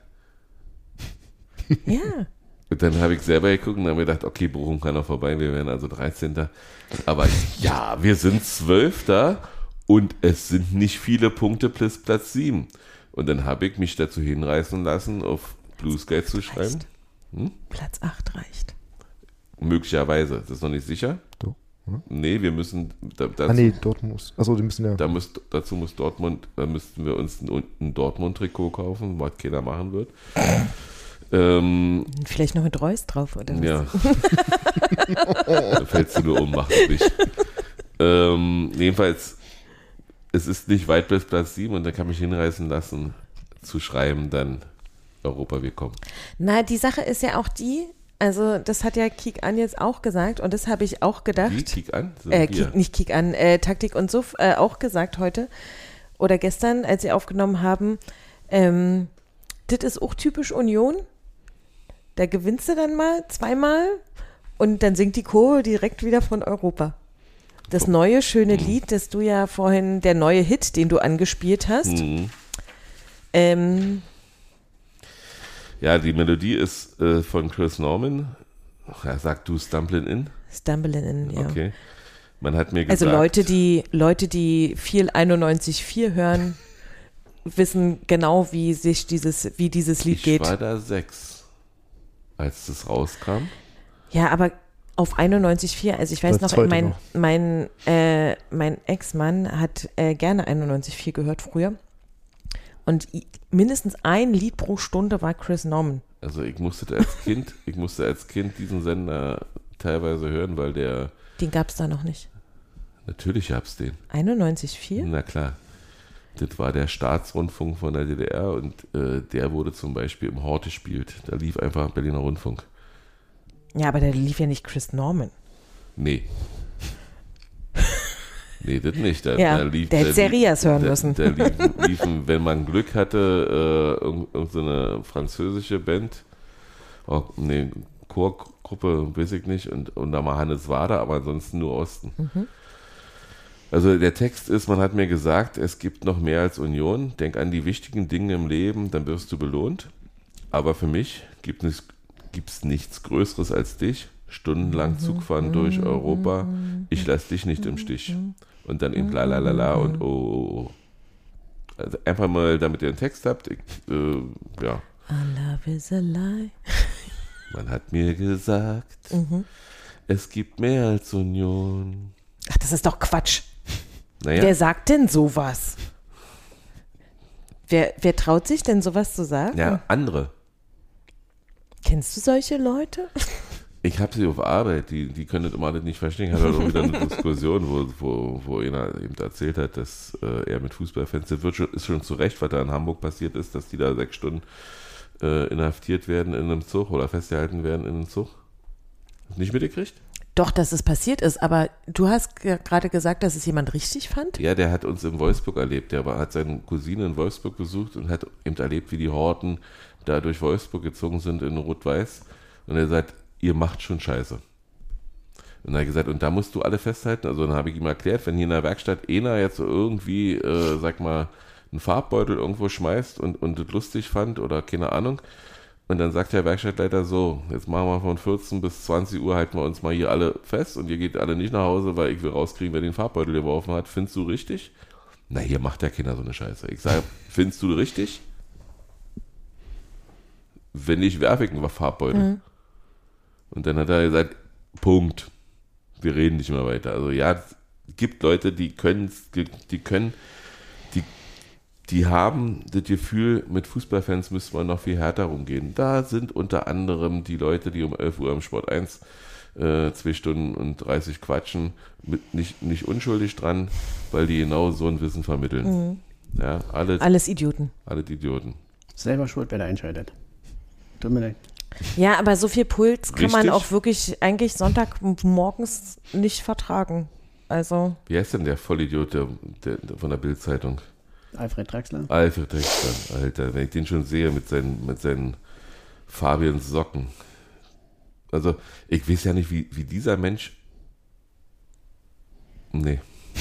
Ja. Und dann habe ich selber geguckt und habe mir gedacht, okay, Bochum kann noch vorbei, wir werden also 13. Aber ja, wir sind 12. Und es sind nicht viele Punkte plus Platz 7. Und dann habe ich mich dazu hinreißen lassen, auf Blue Sky zu schreiben. Platz 8 reicht. Möglicherweise, das ist noch nicht sicher. So, oder? Nee, wir müssen. Dortmund muss. Achso, die müssen ja. Dazu muss Dortmund, da müssten wir uns ein Dortmund-Trikot kaufen, was keiner machen wird. Vielleicht noch mit Reus drauf, oder was? Ja. Da fällst du nur um, mach es nicht. Jedenfalls, es ist nicht weit bis Platz 7 und da kann mich hinreißen lassen, zu schreiben, dann Europa, wir kommen. Na, die Sache ist ja auch die, also das hat ja Kick an jetzt auch gesagt und das habe ich auch gedacht. Wie? Kick an? Nicht Kick an, Taktik und Suff auch gesagt heute oder gestern, als sie aufgenommen haben. Das ist auch typisch Union. Da gewinnst du dann mal zweimal und dann singt die Kurve direkt wieder von Europa. Das neue, schöne Lied, das du ja vorhin, der neue Hit, den du angespielt hast. Ja, die Melodie ist von Chris Norman. Ja, sag du Stumblin' In? Stumblin' In, ja. Okay. Man hat mir gesagt... Also Leute, die viel 91.4 hören, wissen genau, wie dieses Lied geht. Ich war da 6, als das rauskam. Ja, aber auf 91.4, also ich weiß noch, mein Ex-Mann hat gerne 91.4 gehört früher. Und mindestens ein Lied pro Stunde war Chris Norman. Also ich musste als Kind diesen Sender teilweise hören, weil der... Den gab es da noch nicht. Natürlich gab's den. 91.4? Na klar. Das war der Staatsrundfunk von der DDR und der wurde zum Beispiel im Hort gespielt. Da lief einfach Berliner Rundfunk. Ja, aber da lief ja nicht Chris Norman. Nee. Nee, das nicht. Der hätte Serias hören müssen. Da liefen, wenn man Glück hatte, irgendeine französische Band. Chorgruppe, weiß ich nicht. Und da mal Hannes Wader, aber ansonsten nur Osten. Also der Text ist, man hat mir gesagt, es gibt noch mehr als Union. Denk an die wichtigen Dinge im Leben, dann wirst du belohnt. Aber für mich gibt's nichts Größeres als dich. Stundenlang Zugfahren durch Europa. Ich lass dich nicht im Stich. Und dann eben la und oh. Also einfach mal, damit ihr einen Text habt. Ja. Our love is a lie. Man hat mir gesagt, es gibt mehr als Union. Ach, das ist doch Quatsch. Naja. Wer sagt denn sowas? Wer traut sich denn sowas zu sagen? Ja, andere. Kennst du solche Leute? Ich habe sie auf Arbeit, die können das immer alles nicht verstehen. Ich hatte auch wieder eine Diskussion, wo einer eben erzählt hat, dass er mit Fußballfans, das ist schon zu Recht, was da in Hamburg passiert ist, dass die da 6 Stunden inhaftiert werden in einem Zug oder festgehalten werden in einem Zug. Nicht mitgekriegt? Doch, dass es passiert ist, aber du hast gerade gesagt, dass es jemand richtig fand? Ja, der hat uns in Wolfsburg erlebt. Der hat seine Cousine in Wolfsburg besucht und hat eben erlebt, wie die Horten da durch Wolfsburg gezogen sind in Rot-Weiß. Und er sagt, ihr macht schon Scheiße. Und er hat gesagt, und da musst du alle festhalten. Also dann habe ich ihm erklärt, wenn hier in der Werkstatt einer jetzt so irgendwie, sag mal, einen Farbbeutel irgendwo schmeißt und das lustig fand oder keine Ahnung. Und dann sagt der Werkstattleiter so, jetzt machen wir von 14 bis 20 Uhr, halten wir uns mal hier alle fest und ihr geht alle nicht nach Hause, weil ich will rauskriegen, wer den Farbbeutel geworfen hat. Findest du richtig? Na, hier macht ja keiner so eine Scheiße. Ich sage, findest du richtig? Wenn nicht, werfe ich einen Farbbeutel. Und dann hat er gesagt, Punkt. Wir reden nicht mehr weiter. Also ja, es gibt Leute, die haben das Gefühl, mit Fußballfans müsste man noch viel härter umgehen. Da sind unter anderem die Leute, die um 11 Uhr im Sport 1 2 Stunden und 30 quatschen, nicht unschuldig dran, weil die genau so ein Wissen vermitteln. Ja, alles Idioten. Alle Idioten. Selber schuld, wer da entscheidet. Tut mir leid. Ja, aber so viel Puls kann man Richtig. auch wirklich eigentlich Sonntagmorgens nicht vertragen. Also. Wie heißt denn der Vollidiot von der Bild-Zeitung? Alfred Draxler. Alfred Draxler, Alter, wenn ich den schon sehe mit seinen Fabians Socken. Also, ich weiß ja nicht, wie dieser Mensch. Nee.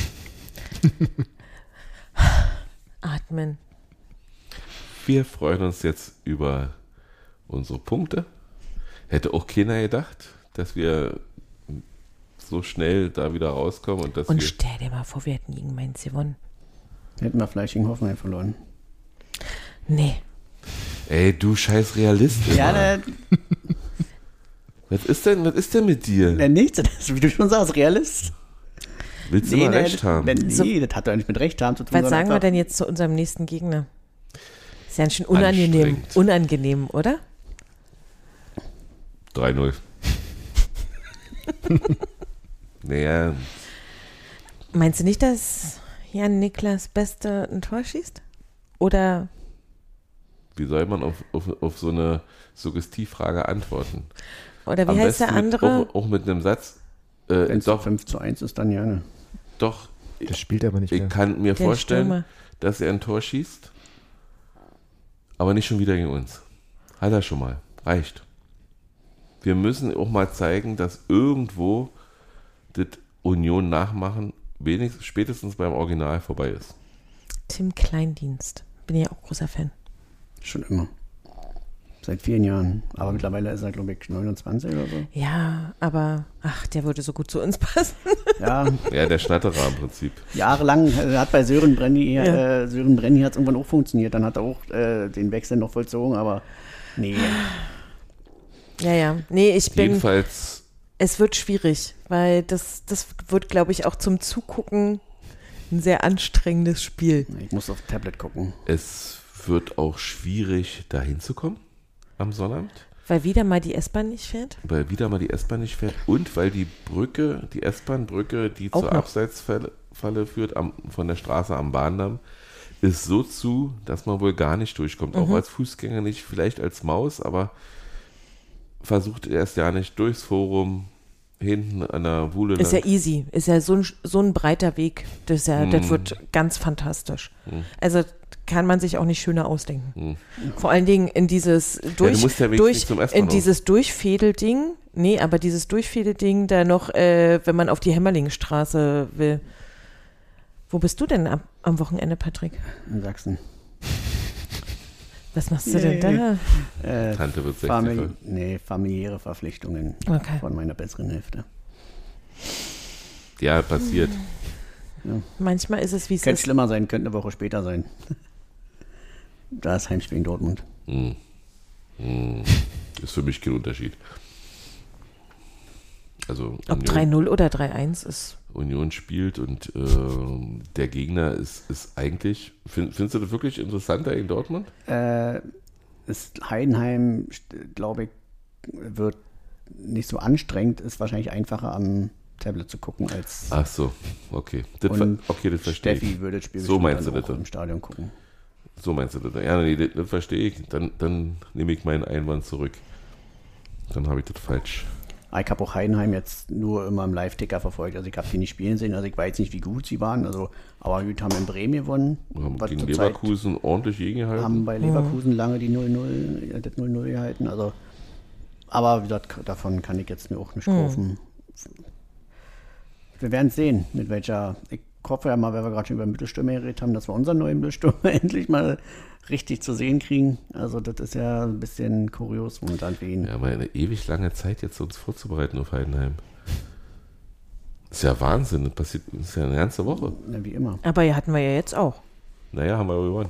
Atmen. Wir freuen uns jetzt über unsere Punkte. Hätte auch keiner gedacht, dass wir so schnell da wieder rauskommen. Und stell dir mal vor, wir hätten gegen Mainz gewonnen. Hätten wir Fleisching-Hoffenheim verloren. Nee. Ey, du scheiß Realist. Ja, Was ist denn mit dir? Nichts, wie du schon sagst, Realist. Willst du mal recht haben? Nee, das hat doch nicht mit Recht haben zu tun. Was sagen wir denn jetzt zu unserem nächsten Gegner? Ist ja ein schön Anstrengend. unangenehm, oder? 3-0. Naja. Meinst du nicht, dass Jan Niklas Beste ein Tor schießt? Oder? Wie soll man auf so eine Suggestivfrage antworten? Oder wie heißt der andere? Auch mit einem Satz. Wenn es doch 5:1 ist, dann ja. Doch. Das spielt aber nicht mehr. Ich kann mir Der vorstellen, Stürmer. dass er ein Tor schießt. Aber nicht schon wieder gegen uns. Hat er schon mal. Reicht. Wir müssen auch mal zeigen, dass irgendwo das Union nachmachen, wenigstens spätestens beim Original vorbei ist. Tim Kleindienst. Bin ja auch großer Fan. Schon immer. Seit 4 Jahren. Aber mittlerweile ist er, glaube ich, 29 oder so. Ja, aber der würde so gut zu uns passen. Ja, Ja, der Schnatterer im Prinzip. jahrelang hat bei Sören Brenny hat es irgendwann auch funktioniert. Dann hat er auch den Wechsel noch vollzogen, aber nee. Ja. Nee, Jedenfalls, es wird schwierig, weil das wird, glaube ich, auch zum Zugucken ein sehr anstrengendes Spiel. Ich muss auf Tablet gucken. es wird auch schwierig, da hinzukommen am Sonnabend. Weil wieder mal die S-Bahn nicht fährt. Weil wieder mal die S-Bahn nicht fährt und weil die S-Bahn-Brücke, die Auch zur noch. Abseitsfalle führt, von der Straße am Bahndamm, ist so zu, dass man wohl gar nicht durchkommt. Auch als Fußgänger nicht, vielleicht als Maus, aber versucht erst ja nicht durchs Forum, hinten an der Wuhle Ist ja lang. easy. Ist ja so ein breiter Weg. Das wird ganz fantastisch. Also kann man sich auch nicht schöner ausdenken. Vor allen Dingen in dieses du musst ja wenigstens nicht zum S-Bahnhof. Durchfädelding. Nee, aber dieses Durchfädelding da noch, wenn man auf die Hämmerlingstraße will. Wo bist du denn am Wochenende, Patrick? In Sachsen. Was machst du denn da? Tante wird 60. Familiäre Verpflichtungen Okay. von meiner besseren Hälfte. Ja, passiert. Manchmal ist es, wie es Könnte ist. schlimmer sein, könnte eine Woche später sein. Da ist Heimspiel in Dortmund. Ist für mich kein Unterschied. Also Ob 3-0 oder 3-1 ist. Union spielt und der Gegner ist eigentlich, findest du das wirklich interessanter in Dortmund? Ist Heidenheim, glaube ich, wird nicht so anstrengend, ist wahrscheinlich einfacher am Tablet zu gucken als Ach so, okay. Das und verstehe Steffi ich. würde das Spiel So bestimmt meinst dann du auch das? im Stadion gucken. So meinst du das? Ja, nee, das verstehe ich. Dann nehme ich meinen Einwand zurück. Dann habe ich das falsch. Ich habe auch Heidenheim jetzt nur immer im Live-Ticker verfolgt. Also ich habe die nicht spielen sehen, also ich weiß nicht, wie gut sie waren. Also, aber gut, haben in Bremen gewonnen. Wir haben Was gegen zur Zeit- Leverkusen ordentlich gegengehalten. Haben bei Leverkusen lange die 0-0, das 0-0 gehalten. Also, aber wie gesagt, davon kann ich jetzt mir auch nicht kaufen. Wir werden sehen, mit welcher. Ich hoffe ja mal, weil wir gerade schon über Mittelstürmer geredet haben, dass wir unseren neuen Mittelstürmer endlich mal richtig zu sehen kriegen. Also das ist ja ein bisschen kurios momentan für ihn. Wir haben ja eine ewig lange Zeit jetzt uns vorzubereiten auf Heidenheim. Das ist ja Wahnsinn, das passiert, das ist ja eine ganze Woche. Ja, wie immer. Aber ja, hatten wir ja jetzt auch. Naja, haben wir gewonnen.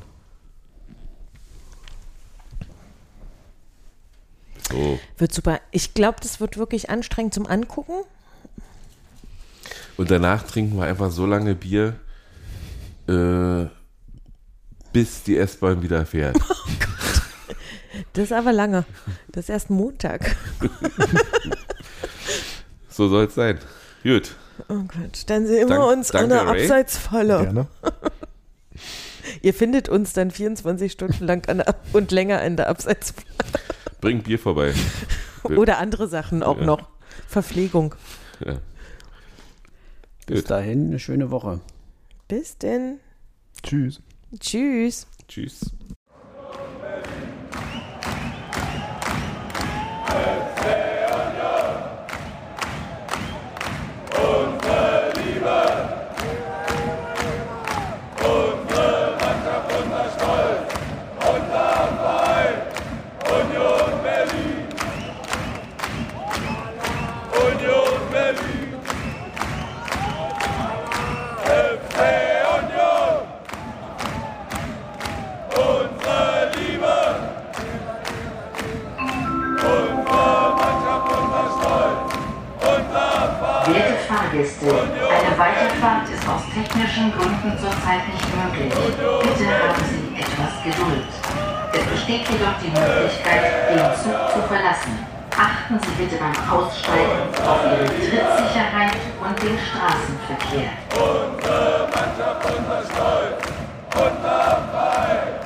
So, Wird super. Ich glaube, das wird wirklich anstrengend zum Angucken. und danach trinken wir einfach so lange Bier, bis die S-Bahn wieder fährt. Das ist aber lange. Das ist erst Montag. So soll es sein. Gut. Oh Gott, dann sehen wir uns an danke, der Ray. Abseitsfalle. Gerne. Ihr findet uns dann 24 Stunden lang und länger an der Abseitsfalle. Bring Bier vorbei. Oder andere Sachen auch Ja. noch. Verpflegung. Ja. Bis Gut. dahin eine schöne Woche. Bis denn. Tschüss. Tschüss. Tschüss. Werte Fahrgäste, eine Weiterfahrt ist aus technischen Gründen zurzeit nicht möglich. Bitte haben Sie etwas Geduld. Es besteht jedoch die Möglichkeit, den Zug zu verlassen. Achten Sie bitte beim Aussteigen auf Ihre Trittsicherheit und den Straßenverkehr. Unsere Mannschaft, unser Stolz, unser Verein.